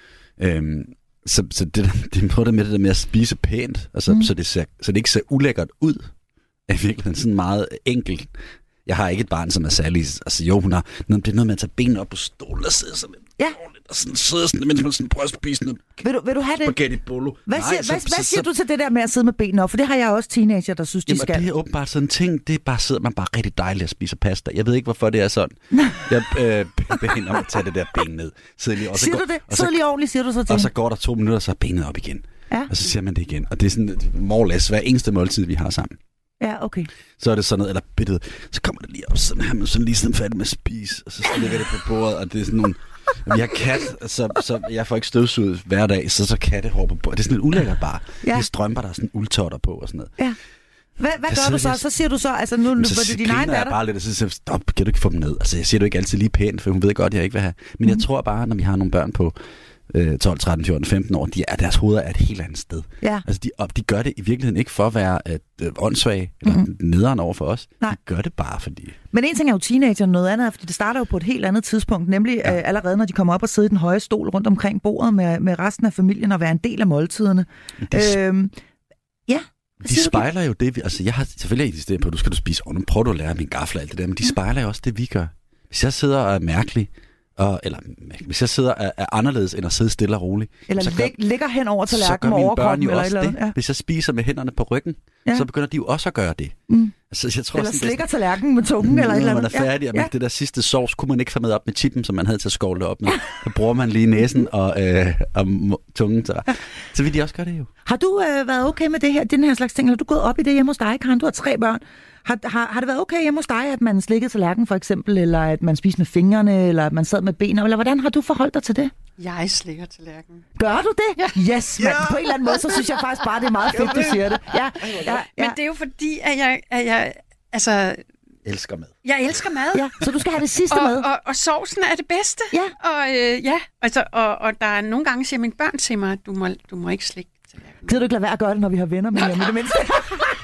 S5: Øhm, Så, så det, det er på det med det der med at spise pænt, altså, mm. så, det ser, så det ikke ser ulækkert ud, er virkelig sådan meget enkelt. Jeg har ikke et barn, som er særlig, altså jo, hun har, det er noget med at tage benene op på stolen og sidde sådan lidt
S3: ja.
S5: dårligt, og sådan sidde sådan, mens man sådan prøver at spise noget
S3: vil du, vil du have det?
S5: spaghetti bolo.
S3: Hvad siger,
S5: Nej, så,
S3: hvad,
S5: så,
S3: hvad siger
S5: så,
S3: du til det der med at sidde med benene op? For det har jeg også teenager, der synes, de
S5: jamen,
S3: skal.
S5: Det er åbenbart sådan en ting, det er bare, sidder man bare rigtig dejligt og spiser pasta. Jeg ved ikke, hvorfor det er sådan. Jeg øh, behandler om at tage det der ben ned. Lige, og så
S3: siger
S5: går,
S3: du det?
S5: Og så,
S3: Sidde lige ordentligt, siger du så til.
S5: Og så går der to minutter, så er benet op igen.
S3: Ja.
S5: Og så siger man det igen. Og det er sådan more or less hver eneste måltid, vi har sammen.
S3: Ja, okay.
S5: Så er det sådan noget, eller bittet, så kommer det lige op, sådan her, man sådan lige sådan færdig med at spise, og så ligger det på bordet, og det er sådan nogle, vi har kat, så, så jeg får ikke støvsuget hver dag, så så kattehår på bordet. Det er sådan lidt ulækkert bare. Ja. Det er strømper, der er sådan uldtotter på og sådan noget.
S3: Ja. Hvad, hvad gør du så? Så siger du så, altså nu,
S5: så
S3: var det din egen datter?
S5: Jeg bare lidt, og så siger stop, kan du ikke få dem ned? Altså jeg siger du ikke altid lige pænt, for hun ved godt, jeg ikke vil have. Men mm. jeg tror bare, når vi har nogle børn på tolv, tretten, fjorten, femten år, de er, deres hoveder er et helt andet sted.
S3: Ja.
S5: Altså de, de gør det i virkeligheden ikke for at være et, øh, åndssvage eller mm-hmm. nederen over for os. Nej. De gør det bare fordi...
S3: Men en ting er jo teenager, noget andet er, fordi det starter jo på et helt andet tidspunkt, nemlig ja. øh, allerede når de kommer op og sidder i den høje stol rundt omkring bordet med, med resten af familien og være en del af måltiderne. Det, øhm, ja.
S5: De spejler jo det, vi, altså jeg har selvfølgelig ikke insisteret på, at du skal du spise, og nu prøver du at lære min gaffel og alt det der, men de mm. spejler jo også det, vi gør. Hvis jeg sidder og er mærkelig, Og, eller hvis jeg sidder er, er anderledes end at sidde stille og roligt.
S3: Eller
S5: så
S3: lig,
S5: gør,
S3: ligger hen over tallerkenen med overkroppen. Eller, eller
S5: det.
S3: Ja.
S5: Hvis jeg spiser med hænderne på ryggen, ja. så begynder de jo også at gøre det.
S3: Mm.
S5: Altså, jeg tror,
S3: eller
S5: sådan,
S3: slikker tallerkenen med tungen. Mm, eller et eller andet.
S5: Når man er færdig, ja. og det der sidste sovs kunne man ikke få med op med chippen, som man havde til at skovle det op med. Så bruger man lige næsen og, øh, og tungen. Så. så vil de også gøre det jo.
S3: Har du øh, været okay med det her, den her slags ting? Har du gået op i det hjemme hos dig, Karen? Du har tre børn. Har, har, har det været okay hjemme hos dig, at man slikkede tallerkenen for eksempel, eller at man spiste med fingrene, eller at man sad med benene, eller hvordan har du forholdt dig til det?
S4: Jeg slikker tallerkenen.
S3: Gør du det?
S4: Ja.
S3: Yes, man. På en eller anden måde, så synes jeg faktisk bare, det er meget fedt, du siger det. Ja, ja, ja.
S4: Men det er jo fordi, at jeg, at jeg altså...
S5: elsker mad.
S4: Jeg elsker mad.
S3: Ja, så du skal have det sidste
S4: og,
S3: mad.
S4: Og, og, og sovsen er det bedste.
S3: Ja.
S4: Og, øh, ja. Altså, og, og der er nogle gange, siger mine børn til mig, du må, du må ikke slikke tallerkenen.
S3: Gider du ikke lade være at gøre det, når vi har venner med hjemme i det mindste?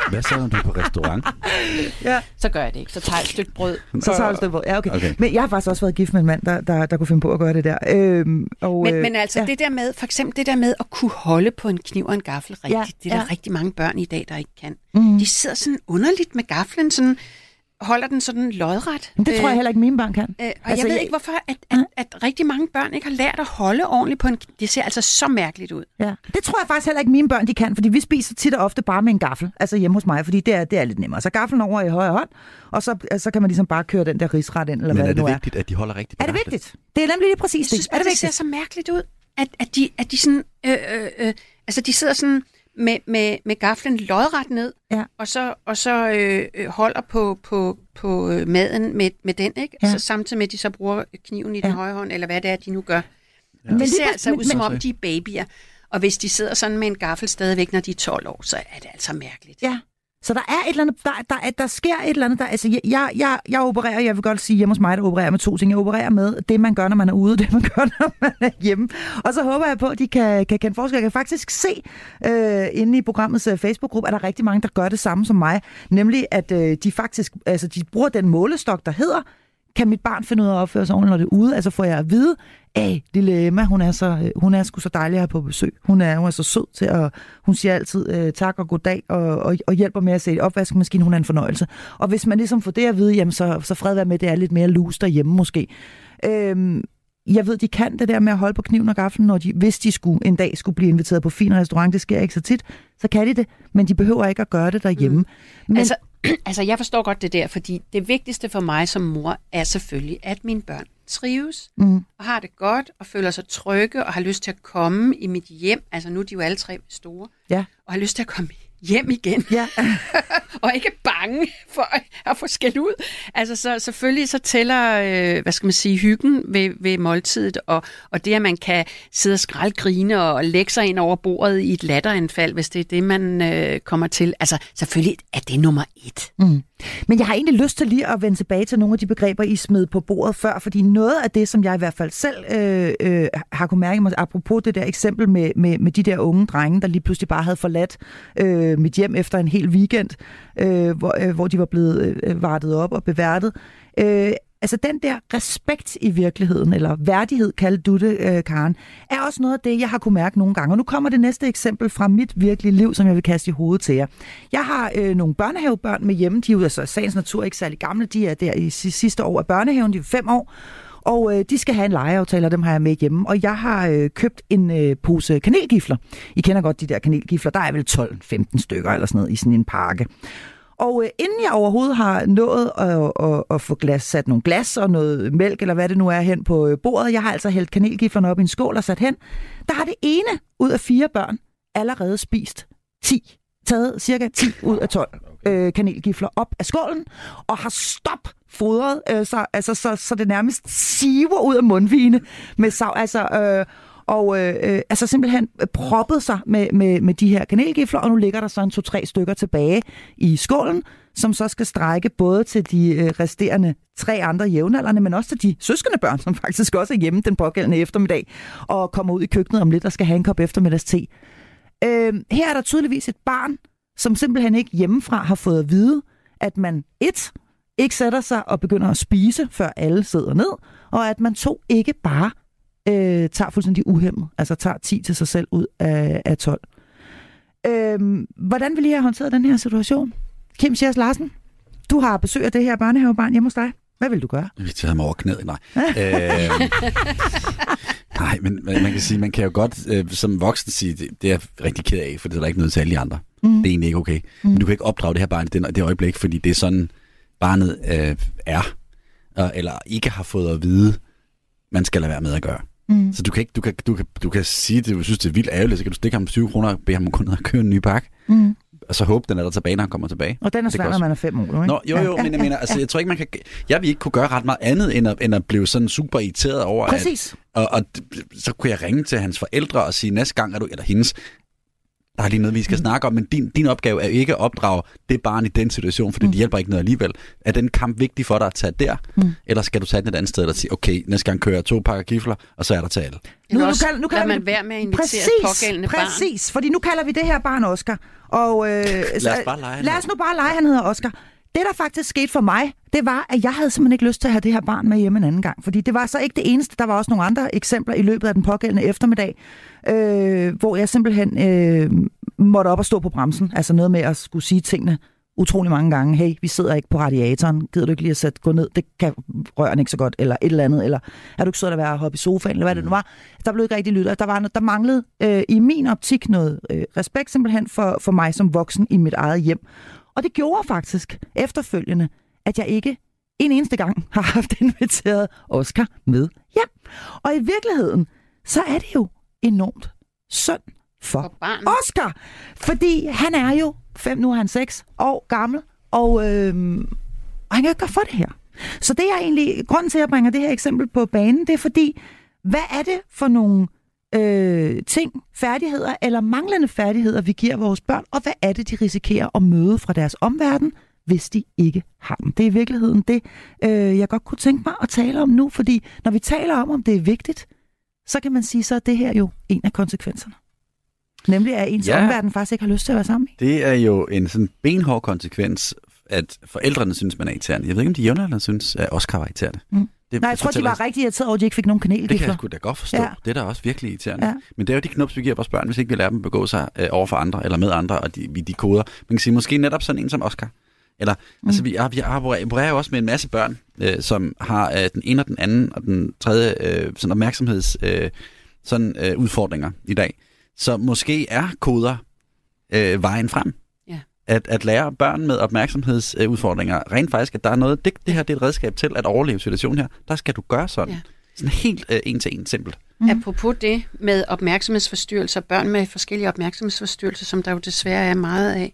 S5: Hvad så, når du er på restaurant?
S4: ja. Så gør jeg det ikke. Så tager jeg et stykke brød.
S3: Så tager jeg et stykke brød. Ja, okay. okay. Men jeg har faktisk også været gift med en mand, der, der, der kunne finde på at gøre det der. Øhm, og,
S4: men, men altså, ja. det der med, for eksempel det der med at kunne holde på en kniv og en gaffel rigtigt, ja. det er der ja. rigtig mange børn i dag, der ikke kan. Mm. De sidder sådan underligt med gaflen, sådan holder den sådan lodret.
S3: Men det tror jeg heller ikke, mine børn kan.
S4: Øh, og altså, jeg ved ikke, hvorfor at, at, at, at rigtig mange børn ikke har lært at holde ordentligt på en... Det ser altså så mærkeligt ud.
S3: Ja. Det tror jeg faktisk heller ikke, mine børn de kan, fordi vi spiser tit og ofte bare med en gaffel, altså hjemme hos mig, fordi det er, det er lidt nemmere. Så gaffelen over i højre hånd, og så, så kan man ligesom bare køre den der risret ind, eller
S5: Men
S3: hvad
S5: er
S3: det nu
S5: er.
S3: er.
S5: det vigtigt, at de holder rigtigt på
S3: Er det
S5: gaflen?
S3: vigtigt? Det er nemlig lige præcis
S4: jeg synes,
S3: det. Er det,
S4: det
S3: vigtigt?
S4: ser så mærkeligt ud, at, at, de, at de sådan... Øh, øh, øh, altså, de sidder sådan... Med, med, med gaflen lodret ned, ja. og så, og så øh, holder på, på, på maden med, med den, ikke? Ja. Så samtidig med, at de så bruger kniven i den ja. højre hånd, eller hvad det er, de nu gør. Ja. Det ser altså ud, som om de er babyer. Og hvis de sidder sådan med en gaffel stadigvæk, når de er tolv år, så er det altså mærkeligt.
S3: Ja. Så der er et eller andet, der, der, der, der sker et eller andet, der, altså jeg, jeg, jeg opererer, jeg vil godt sige hjemme hos mig, der opererer med to ting. Jeg opererer med det, man gør, når man er ude, det man gør, når man er hjemme. Og så håber jeg på, at de kan, kan kende forskel. Jeg kan faktisk se øh, inde i programmets uh, Facebook-gruppe, at der er rigtig mange, der gør det samme som mig. Nemlig, at øh, de faktisk, altså de bruger den målestok, der hedder, kan mit barn finde ud af at opføre sig ordentligt, når det er ude? Altså får jeg at vide, at lille Emma, hun er, så, hun er sgu så dejlig at have på besøg. Hun er, hun er så sød til at, hun siger altid øh, tak og goddag, og, og, og hjælper med at sætte opvaskemaskinen. Hun er en fornøjelse. Og hvis man ligesom får det at vide, jamen så, så fred være med, det er lidt mere loose derhjemme måske. Øhm, jeg ved, de kan det der med at holde på kniven og gaflen, når de, hvis de skulle, en dag skulle blive inviteret på fin restaurant. Det sker ikke så tit. Så kan de det, men de behøver ikke at gøre det derhjemme. Mm. Men,
S4: altså, altså, jeg forstår godt det der, fordi det vigtigste for mig som mor er selvfølgelig, at mine børn trives mm. og har det godt og føler sig trygge og har lyst til at komme i mit hjem. Altså nu er de jo alle tre store.
S3: Ja.
S4: Og har lyst til at komme hjem igen.
S3: Ja.
S4: og ikke bange for at få skældt ud. Altså så selvfølgelig så tæller, øh, hvad skal man sige, hyggen ved, ved måltidet, og, og det, at man kan sidde og skraldgrine og lægge sig ind over bordet i et latteranfald, hvis det er det, man øh, kommer til. Altså selvfølgelig er det nummer et.
S3: Mm. Men jeg har egentlig lyst til lige at vende tilbage til nogle af de begreber, I smed på bordet før, fordi noget af det, som jeg i hvert fald selv øh, øh, har kunnet mærke mig, apropos det der eksempel med, med, med de der unge drenge, der lige pludselig bare havde forladt øh, mit hjem efter en hel weekend, øh, hvor, øh, hvor de var blevet øh, vartet op og beværtet. Øh, altså den der respekt i virkeligheden, eller værdighed, kaldte du det, øh, Karen, er også noget af det, jeg har kunne mærke nogle gange. Og nu kommer det næste eksempel fra mit virkelige liv, som jeg vil kaste i hovedet til jer. Jeg har øh, nogle børnehavebørn med hjemme. De er jo altså sagens natur ikke særlig gamle. De er der i sidste år af børnehaven. De er fem år. Og øh, de skal have en legeaftale, og dem har jeg med hjemme. Og jeg har øh, købt en øh, pose kanelgifler. I kender godt de der kanelgifler. Der er vel tolv femten stykker eller sådan noget i sådan en pakke. Og øh, inden jeg overhovedet har nået at, at, at få glas, sat nogle glas og noget mælk, eller hvad det nu er, hen på øh, bordet, jeg har altså hældt kanelgiflerne op i en skål og sat hen, der har det ene ud af fire børn allerede spist ti, taget cirka ti ud af tolv øh, kanelgifler op af skålen, og har stop fodret, øh, så, altså, så, så det nærmest siver ud af mundvigene med sav, altså... Øh, og øh, altså simpelthen proppet sig med, med, med de her kanelgifler, og nu ligger der så en to-tre stykker tilbage i skålen, som så skal strække både til de øh, resterende tre andre jævnaldrende, men også til de søskende børn, som faktisk også er hjemme den pågældende eftermiddag, og kommer ud i køkkenet om lidt og skal have en kop eftermiddagste. Øh, her er der tydeligvis et barn, som simpelthen ikke hjemmefra har fået at vide, at man et, ikke sætter sig og begynder at spise, før alle sidder ned, og at man to, ikke bare Øh, tager fuldstændig uhæmmet, altså tager ti til sig selv ud af, af tolv. Øh, hvordan vil I have håndteret den her situation? Kim Schiers Larsen, du har besøg af det her børnehavebarn hjemme hos dig. Hvad vil du gøre?
S5: Vi tager ham over knæet, nej. øh, nej, men man kan sige, man kan jo godt øh, som voksen sige, det, det er jeg rigtig ked af, for det er der ikke noget til alle de andre. Mm. Det er egentlig ikke okay. Mm. Men du kan ikke opdrage det her barn i det, det øjeblik, fordi det er sådan, barnet øh, er, eller ikke har fået at vide, man skal lade være med at gøre. Mm. Så du kan ikke, du kan, du kan, du kan sige, at du synes, det er vildt ærgerligt, så kan du stikke ham tyve kroner og bede ham at gå ned og købe en ny pakke. Mm. Og så håbe, den er der tilbage, når han kommer tilbage.
S3: Og den er svært, når man er fem år, ikke?
S5: Nå, jo, jo, ja, men jeg mener, altså, jeg tror ikke, man kan... Jeg vil ikke kunne gøre ret meget andet, end at, end at blive sådan super irriteret over,
S3: præcis.
S5: At... Og, og så kunne jeg ringe til hans forældre og sige, næste gang er du, eller hendes, der er lige noget, vi skal mm. snakke om, men din, din opgave er ikke at opdrage det barn i den situation, for mm. det hjælper ikke noget alligevel. Er den kamp vigtig for dig at tage der, mm. eller skal du tage den et andet sted og sige, okay, næste gang kører jeg to pakker gifler, og så er der til alle?
S4: Nu, nu, nu, kan, nu kan man være med at invitere præcis, pågældende barn.
S3: Præcis, fordi nu kalder vi det her barn Oscar. Og, øh,
S5: lad os bare lege.
S3: Lad os nu bare lege, han hedder Oscar. Det, der faktisk skete for mig, det var, at jeg havde simpelthen ikke lyst til at have det her barn med hjemme en anden gang. Fordi det var så ikke det eneste. Der var også nogle andre eksempler i løbet af den pågældende eftermiddag, øh, hvor jeg simpelthen øh, måtte op og stå på bremsen. Altså noget med at skulle sige tingene utrolig mange gange. Hey, vi sidder ikke på radiatoren. Gider du ikke lige at sætte, gå ned? Det kan røren ikke så godt. Eller et eller andet. Eller er du ikke sød at være hoppe i sofaen? Eller hvad det nu var. Der blev ikke rigtig lyttet. Der, var noget, der manglede øh, i min optik noget øh, respekt simpelthen for, for mig som voksen i mit eget hjem. Og det gjorde faktisk efterfølgende, at jeg ikke en eneste gang har haft inviteret Oscar med hjem. Og i virkeligheden, så er det jo enormt synd for, for Oscar. Fordi han er jo fem, nu er han seks år gammel, og, øh, og han kan ikke gøre for det her. Så det er egentlig, grunden til at jeg bringer det her eksempel på banen, det er fordi, hvad er det for nogle øh, ting, færdigheder eller manglende færdigheder, vi giver vores børn, og hvad er det, de risikerer at møde fra deres omverden, hvis de ikke har dem. Det er i virkeligheden det, øh, jeg godt kunne tænke mig at tale om nu, fordi når vi taler om, om det er vigtigt, så kan man sige, så er det her jo en af konsekvenserne. Nemlig, at ens ja, omverden faktisk ikke har lyst til at være sammen i.
S5: Det er jo en sådan benhård konsekvens, at forældrene synes, man er irriterende. Jeg ved ikke, om de jævnaldrende synes, at Oscar var irriterende. Mm.
S3: Det, Nej, jeg tror, de var rigtig irriterede over, at de ikke fik nogen kanelgifler.
S5: Det kan jeg sgu da godt forstå. Ja. Det er da også virkelig irriterende. Ja. Men det er jo de knups, vi giver vores børn, hvis ikke vi lærer dem at begå sig øh, over for andre, eller med andre, og de, de koder. Man kan sige, måske netop sådan en som Oscar. Eller, mm. altså, vi, vi opererer jo også med en masse børn, øh, som har øh, den ene og den anden, og den tredje øh, sådan opmærksomheds øh, sådan, øh, udfordringer i dag. Så måske er koder øh, vejen frem. Ja. At, at lære børn med opmærksomhedsudfordringer, øh, rent faktisk, at der er noget, det, det her det er et redskab til at overleve situationen her. Der skal du gøre sådan. Ja. Sådan helt øh, en til en simpelt.
S4: Mm. Apropos det med opmærksomhedsforstyrrelser, børn med forskellige opmærksomhedsforstyrrelser, som der jo desværre er meget af.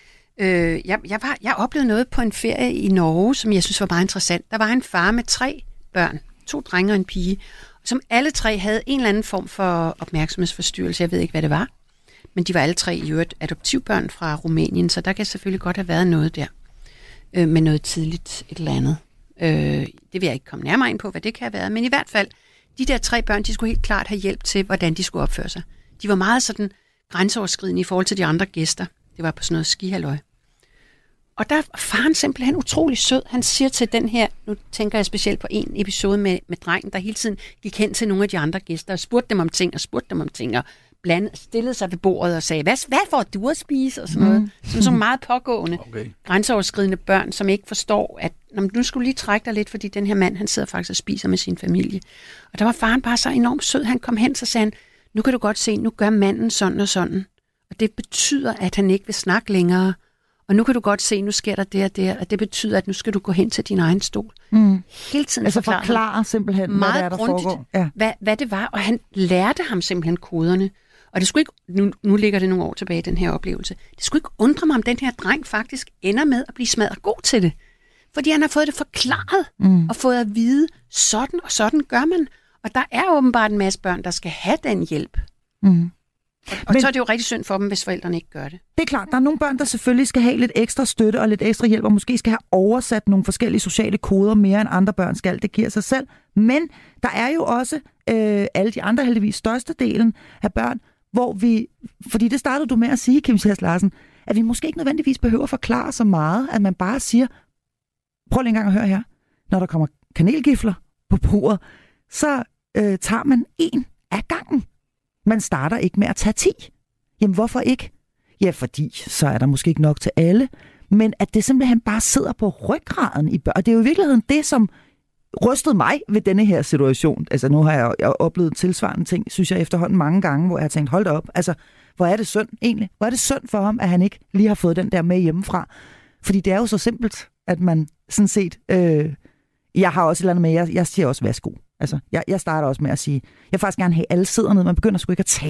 S4: Øh, jeg, jeg, var, jeg oplevede noget på en ferie i Norge, som jeg synes var meget interessant. Der var en far med tre børn, to drenge og en pige, som alle tre havde en eller anden form for opmærksomhedsforstyrrelse. Jeg ved ikke, hvad det var. Men de var alle tre i øvrigt adoptivbørn fra Rumænien, så der kan selvfølgelig godt have været noget der. Øh, med noget tidligt et eller andet. Øh, det vil jeg ikke komme nærmere ind på, hvad det kan have været. Men i hvert fald, de der tre børn, de skulle helt klart have hjælp til, hvordan de skulle opføre sig. De var meget sådan grænseoverskridende i forhold til de andre gæster. Det var på sådan noget skihalløj. Og der var faren simpelthen utrolig sød. Han siger til den her, nu tænker jeg specielt på en episode med, med drengen, der hele tiden gik hen til nogle af de andre gæster og spurgte dem om ting, og spurgte dem om ting, og blandt, stillede sig ved bordet og sagde, hvad, hvad får du at spise? Og sådan noget. Mm. Sådan så meget pågående, okay. grænseoverskridende børn, som ikke forstår, at nu skulle lige trække dig lidt, fordi den her mand, han sidder faktisk og spiser med sin familie. Og der var faren bare så enormt sød. Han kom hen, så sagde han, nu kan du godt se, nu gør manden sådan og sådan. Og det betyder, at han ikke vil snakke længere. Og nu kan du godt se, nu sker der det og det, og det betyder, at nu skal du gå hen til din egen stol. Mm. Hele tiden
S3: altså forklare, forklare simpelthen,
S4: meget
S3: hvad der, der foregår. Ja.
S4: Hvad, hvad det var, og han lærte ham simpelthen koderne. Og det skulle ikke, nu, nu ligger det nogle år tilbage, den her oplevelse, det skulle ikke undre mig, om den her dreng faktisk ender med at blive smadret god til det. Fordi han har fået det forklaret, mm. og fået at vide, sådan og sådan gør man. Og der er åbenbart en masse børn, der skal have den hjælp. Mm. Og, og Men, så er det jo rigtig synd for dem, hvis forældrene ikke gør det.
S3: Det er klart, der er nogle børn, der selvfølgelig skal have lidt ekstra støtte og lidt ekstra hjælp, og måske skal have oversat nogle forskellige sociale koder mere end andre børn skal. Det giver sig selv. Men der er jo også øh, alle de andre, heldigvis størstedelen af børn, hvor vi, fordi det startede du med at sige, Kim Schaas Larsen, at vi måske ikke nødvendigvis behøver at forklare så meget, at man bare siger, prøv lige en gang at høre her, når der kommer kanelgifler på bordet, så øh, tager man en af gangen. Man starter ikke med at tage ti. Jamen, hvorfor ikke? Ja, fordi så er der måske ikke nok til alle, men at det simpelthen bare sidder på ryggraden i børn. Og det er jo i virkeligheden det, som rystede mig ved denne her situation. Altså, nu har jeg, jeg oplevet tilsvarende ting, synes jeg efterhånden mange gange, hvor jeg har tænkt, hold da op, altså, hvor er det synd egentlig? Hvor er det synd for ham, at han ikke lige har fået den der med hjemmefra? Fordi det er jo så simpelt, at man sådan set... Øh, jeg har også et eller andet med, jeg, jeg siger også værsgo. Altså, jeg, jeg starter også med at sige, jeg vil faktisk gerne have, at alle sidder ned. Man begynder sgu ikke at tage.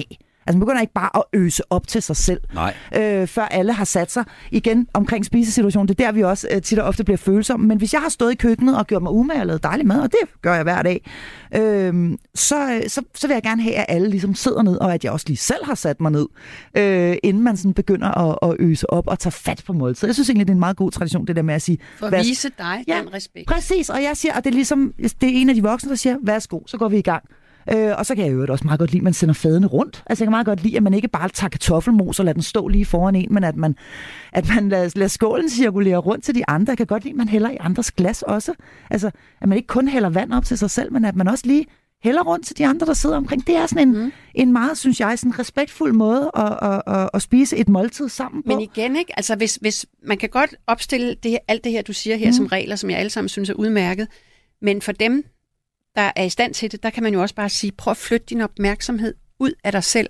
S3: Altså man begynder ikke bare at øse op til sig selv, øh, før alle har sat sig igen omkring spisesituationen. Det er der, vi også øh, tit og ofte bliver følsomme. Men hvis jeg har stået i køkkenet og gjort mig umage og lavet dejlig mad, og det gør jeg hver dag, øh, så, så, så vil jeg gerne have, at alle ligesom sidder ned, og at jeg også lige selv har sat mig ned, øh, inden man sådan begynder at, at øse op og tage fat på måltid. Jeg synes egentlig, det er en meget god tradition, det der med at sige...
S4: For at vise dig ja, den respekt.
S3: Præcis, og jeg siger, at det er ligesom, det er en af de voksne, der siger, værsgo, så går vi i gang. Øh, og så kan jeg jo også meget godt lide, at man sender fadene rundt. Altså jeg kan meget godt lide, at man ikke bare tager kartoffelmos og lader den stå lige foran en, men at man, at man lader, lader skålen cirkulere rundt til de andre. Jeg kan godt lide, at man hælder i andres glas også. Altså at man ikke kun hælder vand op til sig selv, men at man også lige hælder rundt til de andre, der sidder omkring. Det er sådan en, mm. en meget, synes jeg, sådan respektfuld måde at, at, at, at spise et måltid sammen på.
S4: Men igen, ikke? Altså hvis, hvis man kan godt opstille det, alt det her, du siger her mm. som regler, som jeg alle sammen synes er udmærket, men for dem, der er i stand til det, der kan man jo også bare sige, prøv at flytte din opmærksomhed ud af dig selv,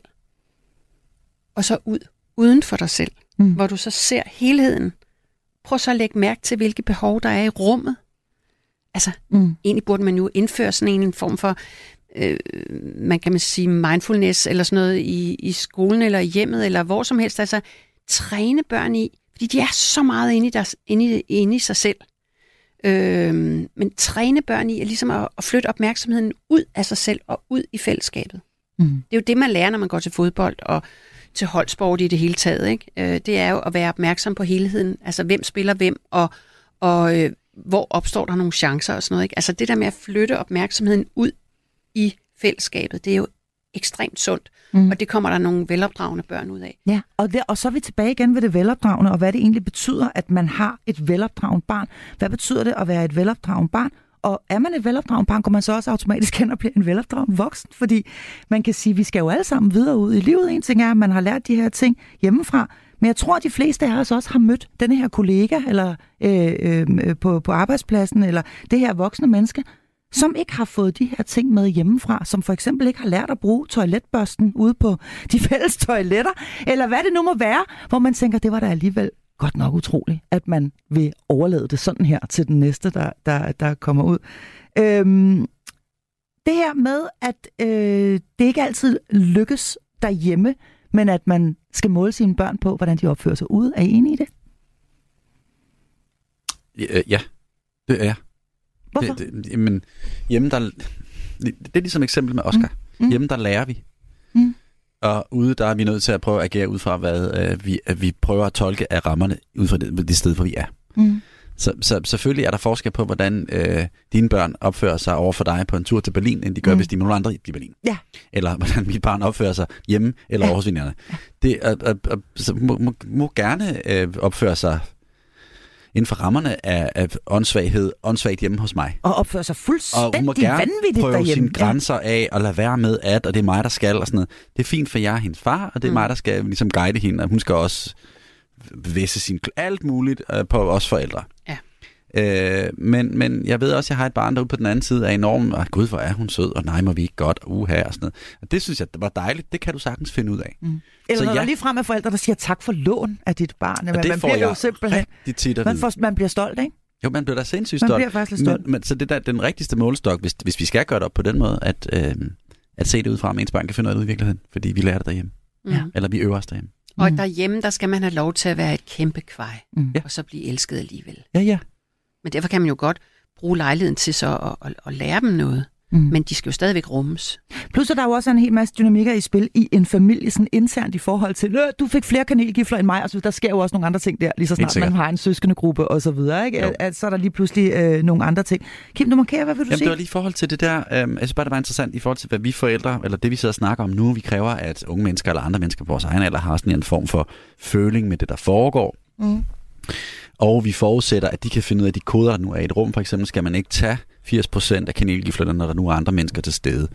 S4: og så ud uden for dig selv, mm. hvor du så ser helheden. Prøv så at lægge mærke til, hvilke behov der er i rummet. Altså, mm. egentlig burde man jo indføre sådan en, en form for, øh, man kan man sige, mindfulness, eller sådan noget i, i skolen, eller i hjemmet, eller hvor som helst. Altså, træne børn i, fordi de er så meget inde i, deres, inde i, inde i sig selv. Øh, men træne børn i er ligesom at, at flytte opmærksomheden ud af sig selv og ud i fællesskabet. Mm. Det er jo det, man lærer, når man går til fodbold og til holdsport i det hele taget. Ikke? Øh, det er jo at være opmærksom på helheden. Altså, hvem spiller hvem, og, og øh, hvor opstår der nogle chancer og sådan noget. Ikke? Altså, det der med at flytte opmærksomheden ud i fællesskabet, det er jo ekstremt sundt, mm. og det kommer der nogle velopdragende børn ud af.
S3: Ja, og, der, og så er vi tilbage igen ved det velopdragende, og hvad det egentlig betyder, at man har et velopdragende barn. Hvad betyder det at være et velopdragende barn? Og er man et velopdragende barn, går man så også automatisk hen og bliver en velopdragende voksen, fordi man kan sige, at vi skal jo alle sammen videre ud i livet. En ting er, at man har lært de her ting hjemmefra, men jeg tror, at de fleste af os også har mødt denne her kollega, eller øh, øh, på, på arbejdspladsen, eller det her voksne menneske, som ikke har fået de her ting med hjemmefra, som for eksempel ikke har lært at bruge toiletbørsten ude på de fælles toiletter, eller hvad det nu må være, hvor man tænker, det var da alligevel godt nok utroligt, at man vil overlade det sådan her til den næste, der, der, der kommer ud. Øhm, det her med, at øh, det ikke altid lykkes derhjemme, men at man skal måle sine børn på, hvordan de opfører sig ude. Er I enige i det?
S5: Ja, ja, det er jeg.
S3: Hvorfor?
S5: Det, det, jamen, hjemme der, det er ligesom eksempel med Oscar. Mm. Mm. Hjemme der lærer vi. Mm. Og ude der er vi nødt til at prøve at agere ud fra, hvad øh, vi, at vi prøver at tolke af rammerne ud fra det, det sted, hvor vi er. Mm. Så, så selvfølgelig er der forskel på, hvordan øh, dine børn opfører sig over for dig på en tur til Berlin, end de gør, mm. hvis de er med nogle andre i Berlin. Ja. Eller hvordan mit barn opfører sig hjemme eller ja. over hos veninderne. Det er, er, er, så må, må, må gerne øh, opføre sig inden for rammerne af, af åndssvaghed, åndssvagt hjemme hos mig.
S3: Og opføre sig fuldstændig vanvittigt derhjemme.
S5: Og hun må gerne prøve sine grænser af, og lade være med at, og det er mig, der skal, og sådan noget. Det er fint, for jeg er hendes far, og det er mm. mig, der skal ligesom guide hende, og hun skal også væsse sin alt muligt øh, på os forældre. Ja. Øh, men, men jeg ved også, at jeg har et barn derude på den anden side af enormt, og gud, hvor er hun sød, og nej, må vi ikke godt, og uha, og sådan noget. Og det synes jeg, det var dejligt. Det kan du sagtens finde ud af. Mm.
S3: Eller
S5: så
S3: når
S5: ja,
S3: der lige frem af forældre, der siger tak for lån af dit barn.
S5: Og
S3: man,
S5: det
S3: man
S5: får
S3: bliver
S5: jeg
S3: jo simpelthen,
S5: tit at
S3: man, får, man bliver stolt, ikke?
S5: Jo, man bliver da sindssygt
S3: man
S5: stolt.
S3: Man bliver faktisk stolt.
S5: Men, men så det der den rigtigste målestok, hvis, hvis vi skal gøre det op på den måde, at, øh, at se det ud fra, at ens barn kan finde noget ud i virkeligheden, fordi vi lærer det derhjemme. Ja. Eller vi øver os derhjemme.
S4: Og derhjemme, der skal man have lov til at være et kæmpe kvej, mm. og så blive elsket alligevel.
S5: Ja, ja.
S4: Men derfor kan man jo godt bruge lejligheden til så at, at, at lære dem noget. Mm. Men de skal jo stadigvæk rummes.
S3: Plus, at der er jo også en hel masse dynamikker i spil i en familie, sådan internt i forhold til, du fik flere kanelgifler end mig, og så der sker jo også nogle andre ting der, lige så snart man har en søskendegruppe og så videre. Ikke? At, at, så er der lige pludselig øh, nogle andre ting. Kim, du markerer, hvad vil du
S5: Jamen,
S3: sige?
S5: Det var lige i forhold til det der, øh, jeg synes bare, det var interessant i forhold til, hvad vi forældre, eller det vi sidder og snakker om nu, vi kræver, at unge mennesker eller andre mennesker på vores egen alder har sådan en form for føling med det, der foregår. Mm. Og vi forudsætter, at de kan finde ud af de koder, der nu er i et rum. For eksempel skal man ikke tage firs procent af kanelgiflerne, når der nu er andre mennesker til stede.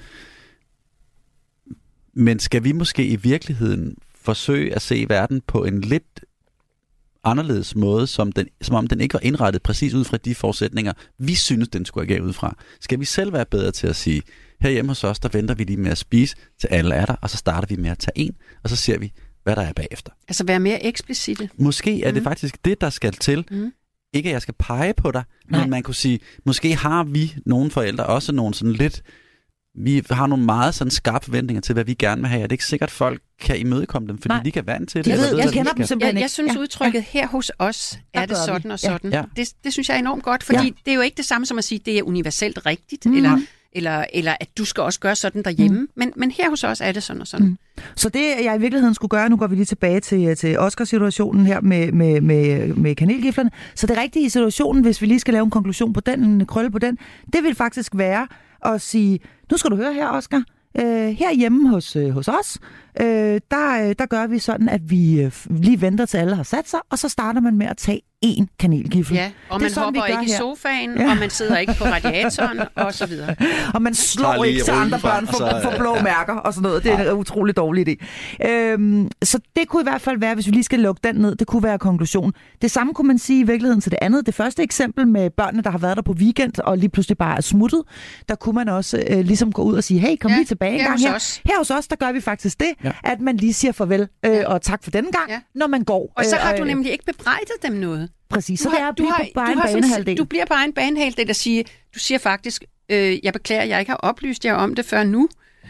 S5: Men skal vi måske i virkeligheden forsøge at se verden på en lidt anderledes måde, som, den, som om den ikke var indrettet præcis ud fra de forudsætninger, vi synes, den skulle agere ud fra? Skal vi selv være bedre til at sige, herhjemme hos os, der venter vi lige med at spise, til alle er der, og så starter vi med at tage en, og så ser vi, hvad der er bagefter.
S4: Altså være mere eksplicite.
S5: Måske er mm. det faktisk det, der skal til. Mm. Ikke at jeg skal pege på dig, Nej. men man kunne sige, måske har vi nogle forældre også nogle sådan lidt vi har nogle meget sådan skarpe forventninger til, hvad vi gerne vil have. Er det ikke sikkert, at folk kan imødekomme dem, fordi
S3: Nej.
S5: de ikke er vant til det?
S3: De ved,
S5: eller
S3: jeg
S5: ved,
S3: kender
S5: de
S3: dem simpelthen
S4: Jeg,
S3: ikke.
S4: jeg synes,
S3: Ja.
S4: udtrykket ja. her hos os
S3: Der
S4: er det
S3: gør
S4: sådan
S3: vi.
S4: og sådan.
S5: Ja.
S4: Det, det synes jeg er enormt godt, fordi
S3: Ja.
S4: det er jo ikke det samme som at sige, at det er universelt rigtigt,
S3: Mm.
S4: eller, eller, eller at du skal også gøre sådan derhjemme. Mm. Men, men her hos os er det sådan og sådan.
S3: Mm. Så det, jeg i virkeligheden skulle gøre, nu går vi lige tilbage til, til Oscar-situationen her med, med, med, med kanelgiflerne. Så det rigtige i situationen, hvis vi lige skal lave en konklusion på den, en krølle på den, det vil faktisk være at sige, nu skal du høre her, Oscar, øh, herhjemme hos, øh, hos os, øh, der, der gør vi sådan, at vi øh, lige venter til alle har sat sig, og så starter man med at tage én kanelgifle.
S4: Ja, og
S3: Det er
S4: man
S3: sådan,
S4: hopper
S3: vi gør
S4: ikke i
S3: her.
S4: sofaen,
S3: Ja.
S4: og man sidder ikke på radiatoren, og så videre.
S3: Og man
S5: Tager
S3: slår
S5: lige
S3: ikke til
S5: rullen
S3: andre
S5: frem,
S3: børn
S5: og
S3: for,
S5: så,
S3: for blå
S5: ja.
S3: mærker og sådan noget. Det er en utrolig dårlig idé. Øhm, så det kunne i hvert fald være, hvis vi lige skal lukke den ned, det kunne være konklusionen. Det samme kunne man sige i virkeligheden til det andet. Det første eksempel med børnene, der har været der på weekend, og lige pludselig bare er smuttet, der kunne man også øh, ligesom gå ud og sige, hey, kom
S4: Ja,
S3: lige tilbage en
S4: her
S3: gang
S4: hos
S3: her.
S4: os.
S3: Her hos os, der gør vi faktisk det,
S5: Ja.
S3: at man lige siger farvel øh, og tak for denne gang,
S4: Ja.
S3: når man går.
S4: Og så har
S3: Øh,
S4: du
S3: øh,
S4: nemlig ikke bebrejdet dem noget.
S3: Præcis, så
S4: Du
S3: det
S4: har-
S3: er at
S4: du
S3: blive
S4: har-
S3: på bare
S4: du
S3: en
S4: har sådan-
S3: banehalvdel.
S4: Du bliver bare en banehalvdel, der siger, du siger faktisk, øh, jeg beklager, jeg ikke har oplyst jer om det før nu.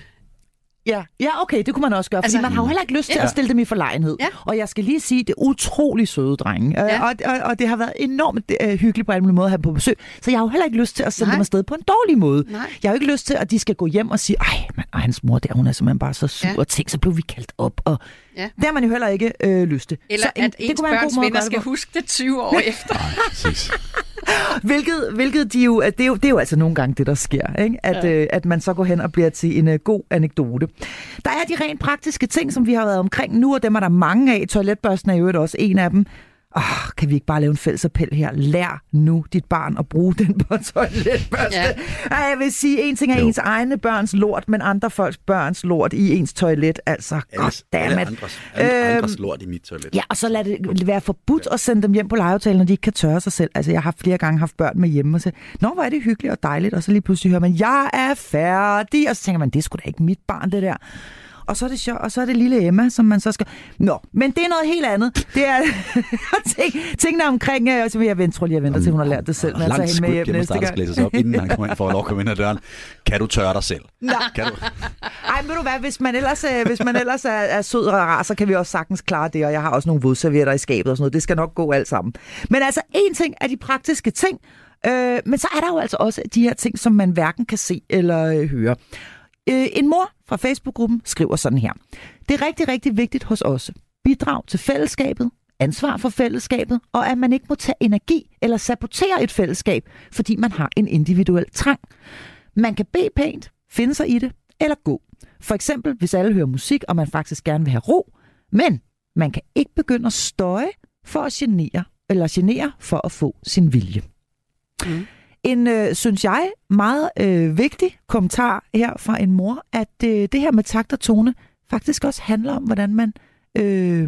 S3: Ja, ja, okay, det kunne man også gøre, fordi
S4: Altså,
S3: altså, man har jo heller ikke lyst til
S4: ja.
S3: at stille dem i forlegenhed.
S4: Ja.
S3: Og jeg skal lige sige, det er utrolig søde drenge,
S4: Ja.
S3: ja. og, og, og det har været enormt øh, hyggeligt på alle mulige måder at have dem på besøg, så jeg har jo heller ikke lyst til at sende
S4: Nej.
S3: dem afsted på en dårlig måde.
S4: Nej.
S3: Jeg har jo ikke lyst til, at de skal gå hjem og sige, ej, man, ej hans mor der, hun er simpelthen bare så sur,
S4: Ja.
S3: og tænk, så blev vi kaldt op, og
S4: Ja.
S3: det har man jo heller ikke øh, lyst til.
S4: Eller
S3: så en,
S4: at ens børns venner skal huske det tyve år efter.
S5: Nej, præcis.
S3: Hvilket, hvilket de jo, at det, er jo, det er jo altså nogle gange det, der sker, ikke? At, ja. øh, at man så går hen og bliver til en uh, god anekdote. Der er de rent praktiske ting, som vi har været omkring nu, og dem er der mange af. Toiletbørsten er jo også en af dem. Oh, kan vi ikke bare lave en fælles appel her? Lær nu dit barn at bruge den på toiletbørste.
S4: Ja.
S3: Ej, jeg vil sige, en ting er
S5: Jo.
S3: ens egne børns lort, men andre folks børns lort i ens toilet. Altså,
S5: Alle, alle
S3: goddammit.
S5: andres, alle
S3: Øhm,
S5: andres lort i mit toilet.
S3: Ja, og så lad det være forbudt at sende dem hjem på legeaftalen, når de ikke kan tørre sig selv. Altså, jeg har flere gange haft børn med hjemme og så, nå, hvor er det hyggeligt og dejligt, og så lige pludselig hører man, jeg er færdig, og så tænker man, det er sgu da ikke mit barn, det der. Og så er det sjov, og så er det lille Emma, som man så skal... Nå, men det er noget helt andet. Det er ting, tingene omkring... Øh, så vil jeg vente, tror lige, jeg venter til, hun har lært det selv, når jeg tager hende med hjem næste gang.
S5: Langt skridt op, inden han kommer ind for at lov at komme ind ad døren. Kan du tørre dig selv?
S3: Nej.
S5: Kan du?
S3: Ej, ved du hvad, hvis man ellers, øh, hvis man ellers er, er sød og rar, så kan vi også sagtens klare det, og jeg har også nogle vådservietter i skabet og sådan noget. Det skal nok gå alt sammen. Men altså, en ting er de praktiske ting, øh, men så er der jo altså også de her ting, som man hverken kan se eller øh, høre. Øh, en mor fra Facebook-gruppen skriver sådan her. Det er rigtig, rigtig vigtigt hos os. Bidrag til fællesskabet, ansvar for fællesskabet, og at man ikke må tage energi eller sabotere et fællesskab, fordi man har en individuel trang. Man kan bede pænt, finde sig i det, eller gå. For eksempel, hvis alle hører musik, og man faktisk gerne vil have ro, men man kan ikke begynde at støje for at genere, eller genere for at få sin vilje.
S4: Mm.
S3: En, øh, synes jeg, meget øh, vigtig kommentar her fra en mor, at øh, det her med takt og tone faktisk også handler om, hvordan man øh,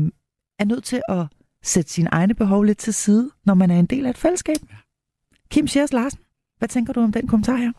S3: er nødt til at sætte sine egne behov lidt til side, når man er en del af et fællesskab. Kim Schers Larsen, hvad tænker du om den kommentar her?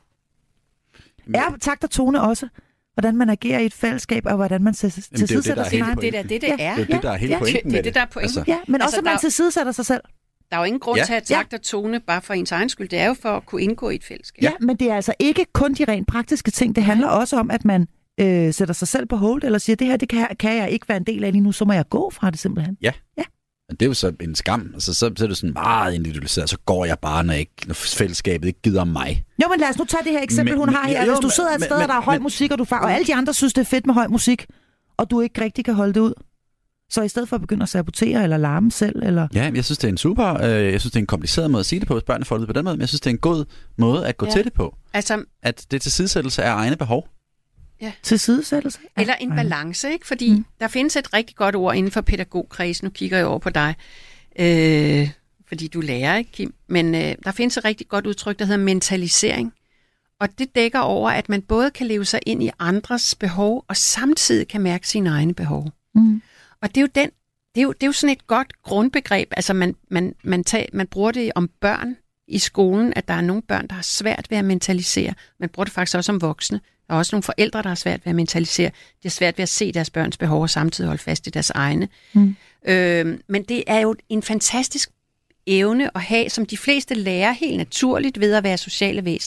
S3: Er takt og tone også, hvordan man agerer i et fællesskab, og hvordan man
S5: det er jo
S3: tilsidesætter
S5: det, der er
S3: sin
S5: hele
S3: egen...
S4: Det er da det, det
S3: Ja.
S4: er.
S5: Det er jo det, der er hele
S3: Ja.
S5: pointen
S4: Det
S5: med
S4: er det, der er pointen.
S3: Ja, men
S4: Altså,
S3: også, at man
S4: der-
S3: tilsidesætter sig selv.
S4: Der er jo ingen grund
S5: Ja.
S4: til at takt og tone bare for ens egen skyld. Det er jo for at kunne indgå i et fællesskab.
S3: Ja, men det er altså ikke kun de rent praktiske ting. Det handler også om, at man øh, sætter sig selv på hold, eller siger, det her det kan, kan jeg ikke være en del af lige nu, så må jeg gå fra det simpelthen.
S5: Det er jo så en skam. Altså, så, så er det sådan meget individualiseret. Så går jeg bare, når, ikke, når fællesskabet ikke gider mig.
S3: Jo, men lad os nu tage det her eksempel,
S5: Men-
S3: hun har
S5: men-
S3: her.
S5: jo,
S3: Hvis du
S5: men-
S3: sidder et
S5: men-
S3: sted, og der er
S5: men-
S3: høj
S5: men-
S3: musik, og, du far, og alle de andre synes, det er fedt med høj musik, og du ikke rigtig kan holde det ud, så i stedet for at begynde at sabotere eller larme selv, eller...
S5: Ja, jeg synes, det er en super... Øh, jeg synes, det er en kompliceret måde at sige det på, hvis børnene får det på den måde, men jeg synes, det er en god måde at gå
S4: Ja.
S5: til det på.
S4: Altså,
S5: At det er tilsidesættelse af egne behov.
S3: Tilsidesættelse? Ja.
S4: eller en balance, ikke? Fordi mm. der findes et rigtig godt ord inden for pædagogkreds. Nu kigger jeg over på dig, øh, fordi du lærer, ikke, Kim? Men øh, der findes et rigtig godt udtryk, der hedder mentalisering. Og det dækker over, at man både kan leve sig ind i andres behov, og samtidig kan mærke sine egne behov.
S3: Mm.
S4: Og det er jo den, det er jo, det er jo sådan et godt grundbegreb. Altså man, man, man, tag, man bruger det om børn i skolen, at der er nogle børn, der har svært ved at mentalisere. Man bruger det faktisk også om voksne. Der er også nogle forældre, der har svært ved at mentalisere. Det er svært ved at se deres børns behov og samtidig holde fast i deres egne.
S3: Mm.
S4: Øh, men det er jo en fantastisk evne at have, som de fleste lærer helt naturligt ved at være sociale væsener.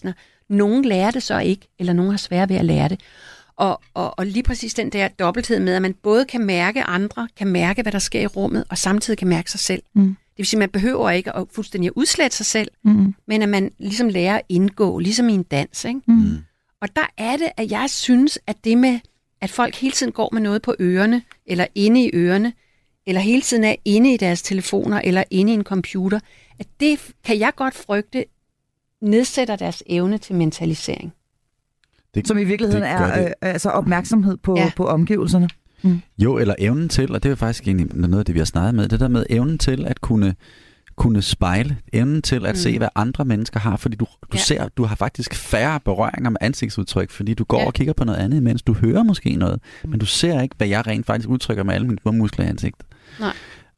S4: Nogen lærer det så ikke, eller nogen har svært ved at lære det. Og, og, og lige præcis den der dobbelthed med, at man både kan mærke andre, kan mærke, hvad der sker i rummet, og samtidig kan mærke sig selv. Mm. Det vil sige, at man behøver ikke at fuldstændig udslette sig selv, mm. men at man ligesom lærer at indgå, ligesom i en dans. Ikke? Mm. Og der er det, at jeg synes, at det med, at folk hele tiden går med noget på ørerne, eller inde i ørerne, eller hele tiden er inde i deres telefoner, eller inde i en computer, at det kan jeg godt frygte, nedsætter deres evne til mentalisering.
S3: Det, som i virkeligheden er øh, altså opmærksomhed på, ja. på omgivelserne. Mm.
S5: Jo, eller evnen til, og det er faktisk egentlig noget af det, vi har snakket med, det der med evnen til at kunne, kunne spejle, evnen til at mm. se, hvad andre mennesker har, fordi du, du ja. ser, du har faktisk færre berøringer med ansigtsudtryk, fordi du går ja. og kigger på noget andet, mens du hører måske noget, mm. men du ser ikke, hvad jeg rent faktisk udtrykker med alle mine muskler i ansigtet.
S4: Nej.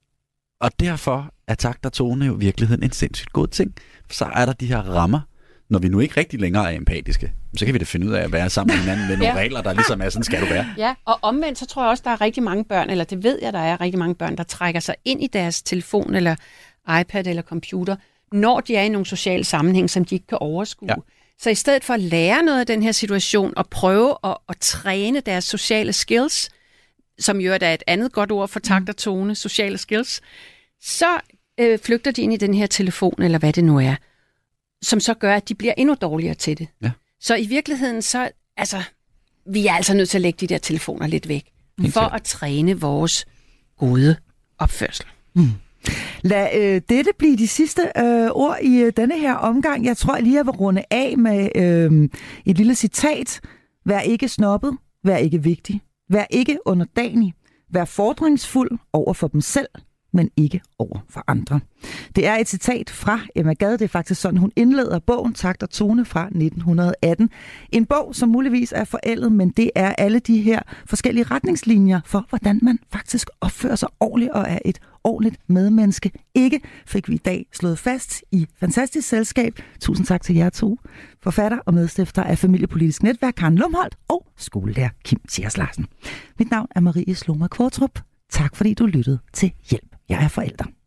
S5: Og derfor er takt og tone jo i virkeligheden en sindssygt god ting. Så er der de her rammer, når vi nu ikke rigtig længere er empatiske, så kan vi da finde ud af at være sammen med hinanden med nogle ja. regler, der ligesom er, sådan skal du være.
S4: Ja, og omvendt, så tror jeg også, der er rigtig mange børn, eller det ved jeg, der er rigtig mange børn, der trækker sig ind i deres telefon, eller iPad, eller computer, når de er i nogle sociale sammenhæng, som de ikke kan overskue. Ja. Så i stedet for at lære noget af den her situation, og prøve at, at træne deres sociale skills, som jo er et andet godt ord for takt og tone, sociale skills, så øh, flygter de ind i den her telefon, eller hvad det nu er, som så gør, at de bliver endnu dårligere til det. Ja. Så i virkeligheden, så, altså, vi er altså nødt til at lægge de der telefoner lidt væk, for at træne vores gode opførsel.
S3: Mm. Lad øh, dette blive de sidste øh, ord i øh, denne her omgang. Jeg tror lige, jeg vil runde af med øh, et lille citat. Vær ikke snobbet, vær ikke vigtig, vær ikke underdanig, vær fordringsfuld over for dem selv, men ikke over for andre. Det er et citat fra Emma Gad. Det er faktisk sådan, hun indleder bogen Takt og Tone fra nitten atten. En bog, som muligvis er forældet, men det er alle de her forskellige retningslinjer for, hvordan man faktisk opfører sig ordentligt og er et ordentligt medmenneske. Ikke fik vi i dag slået fast i fantastisk selskab. Tusind tak til jer to. Forfatter og medstifter af Familiepolitisk Netværk, Karen Lumholdt, og skolelærer Kim Thiers Larsen. Mit navn er Marie Sloma Kvartrup. Tak fordi du lyttede til Hjælp. Jeg er forælder.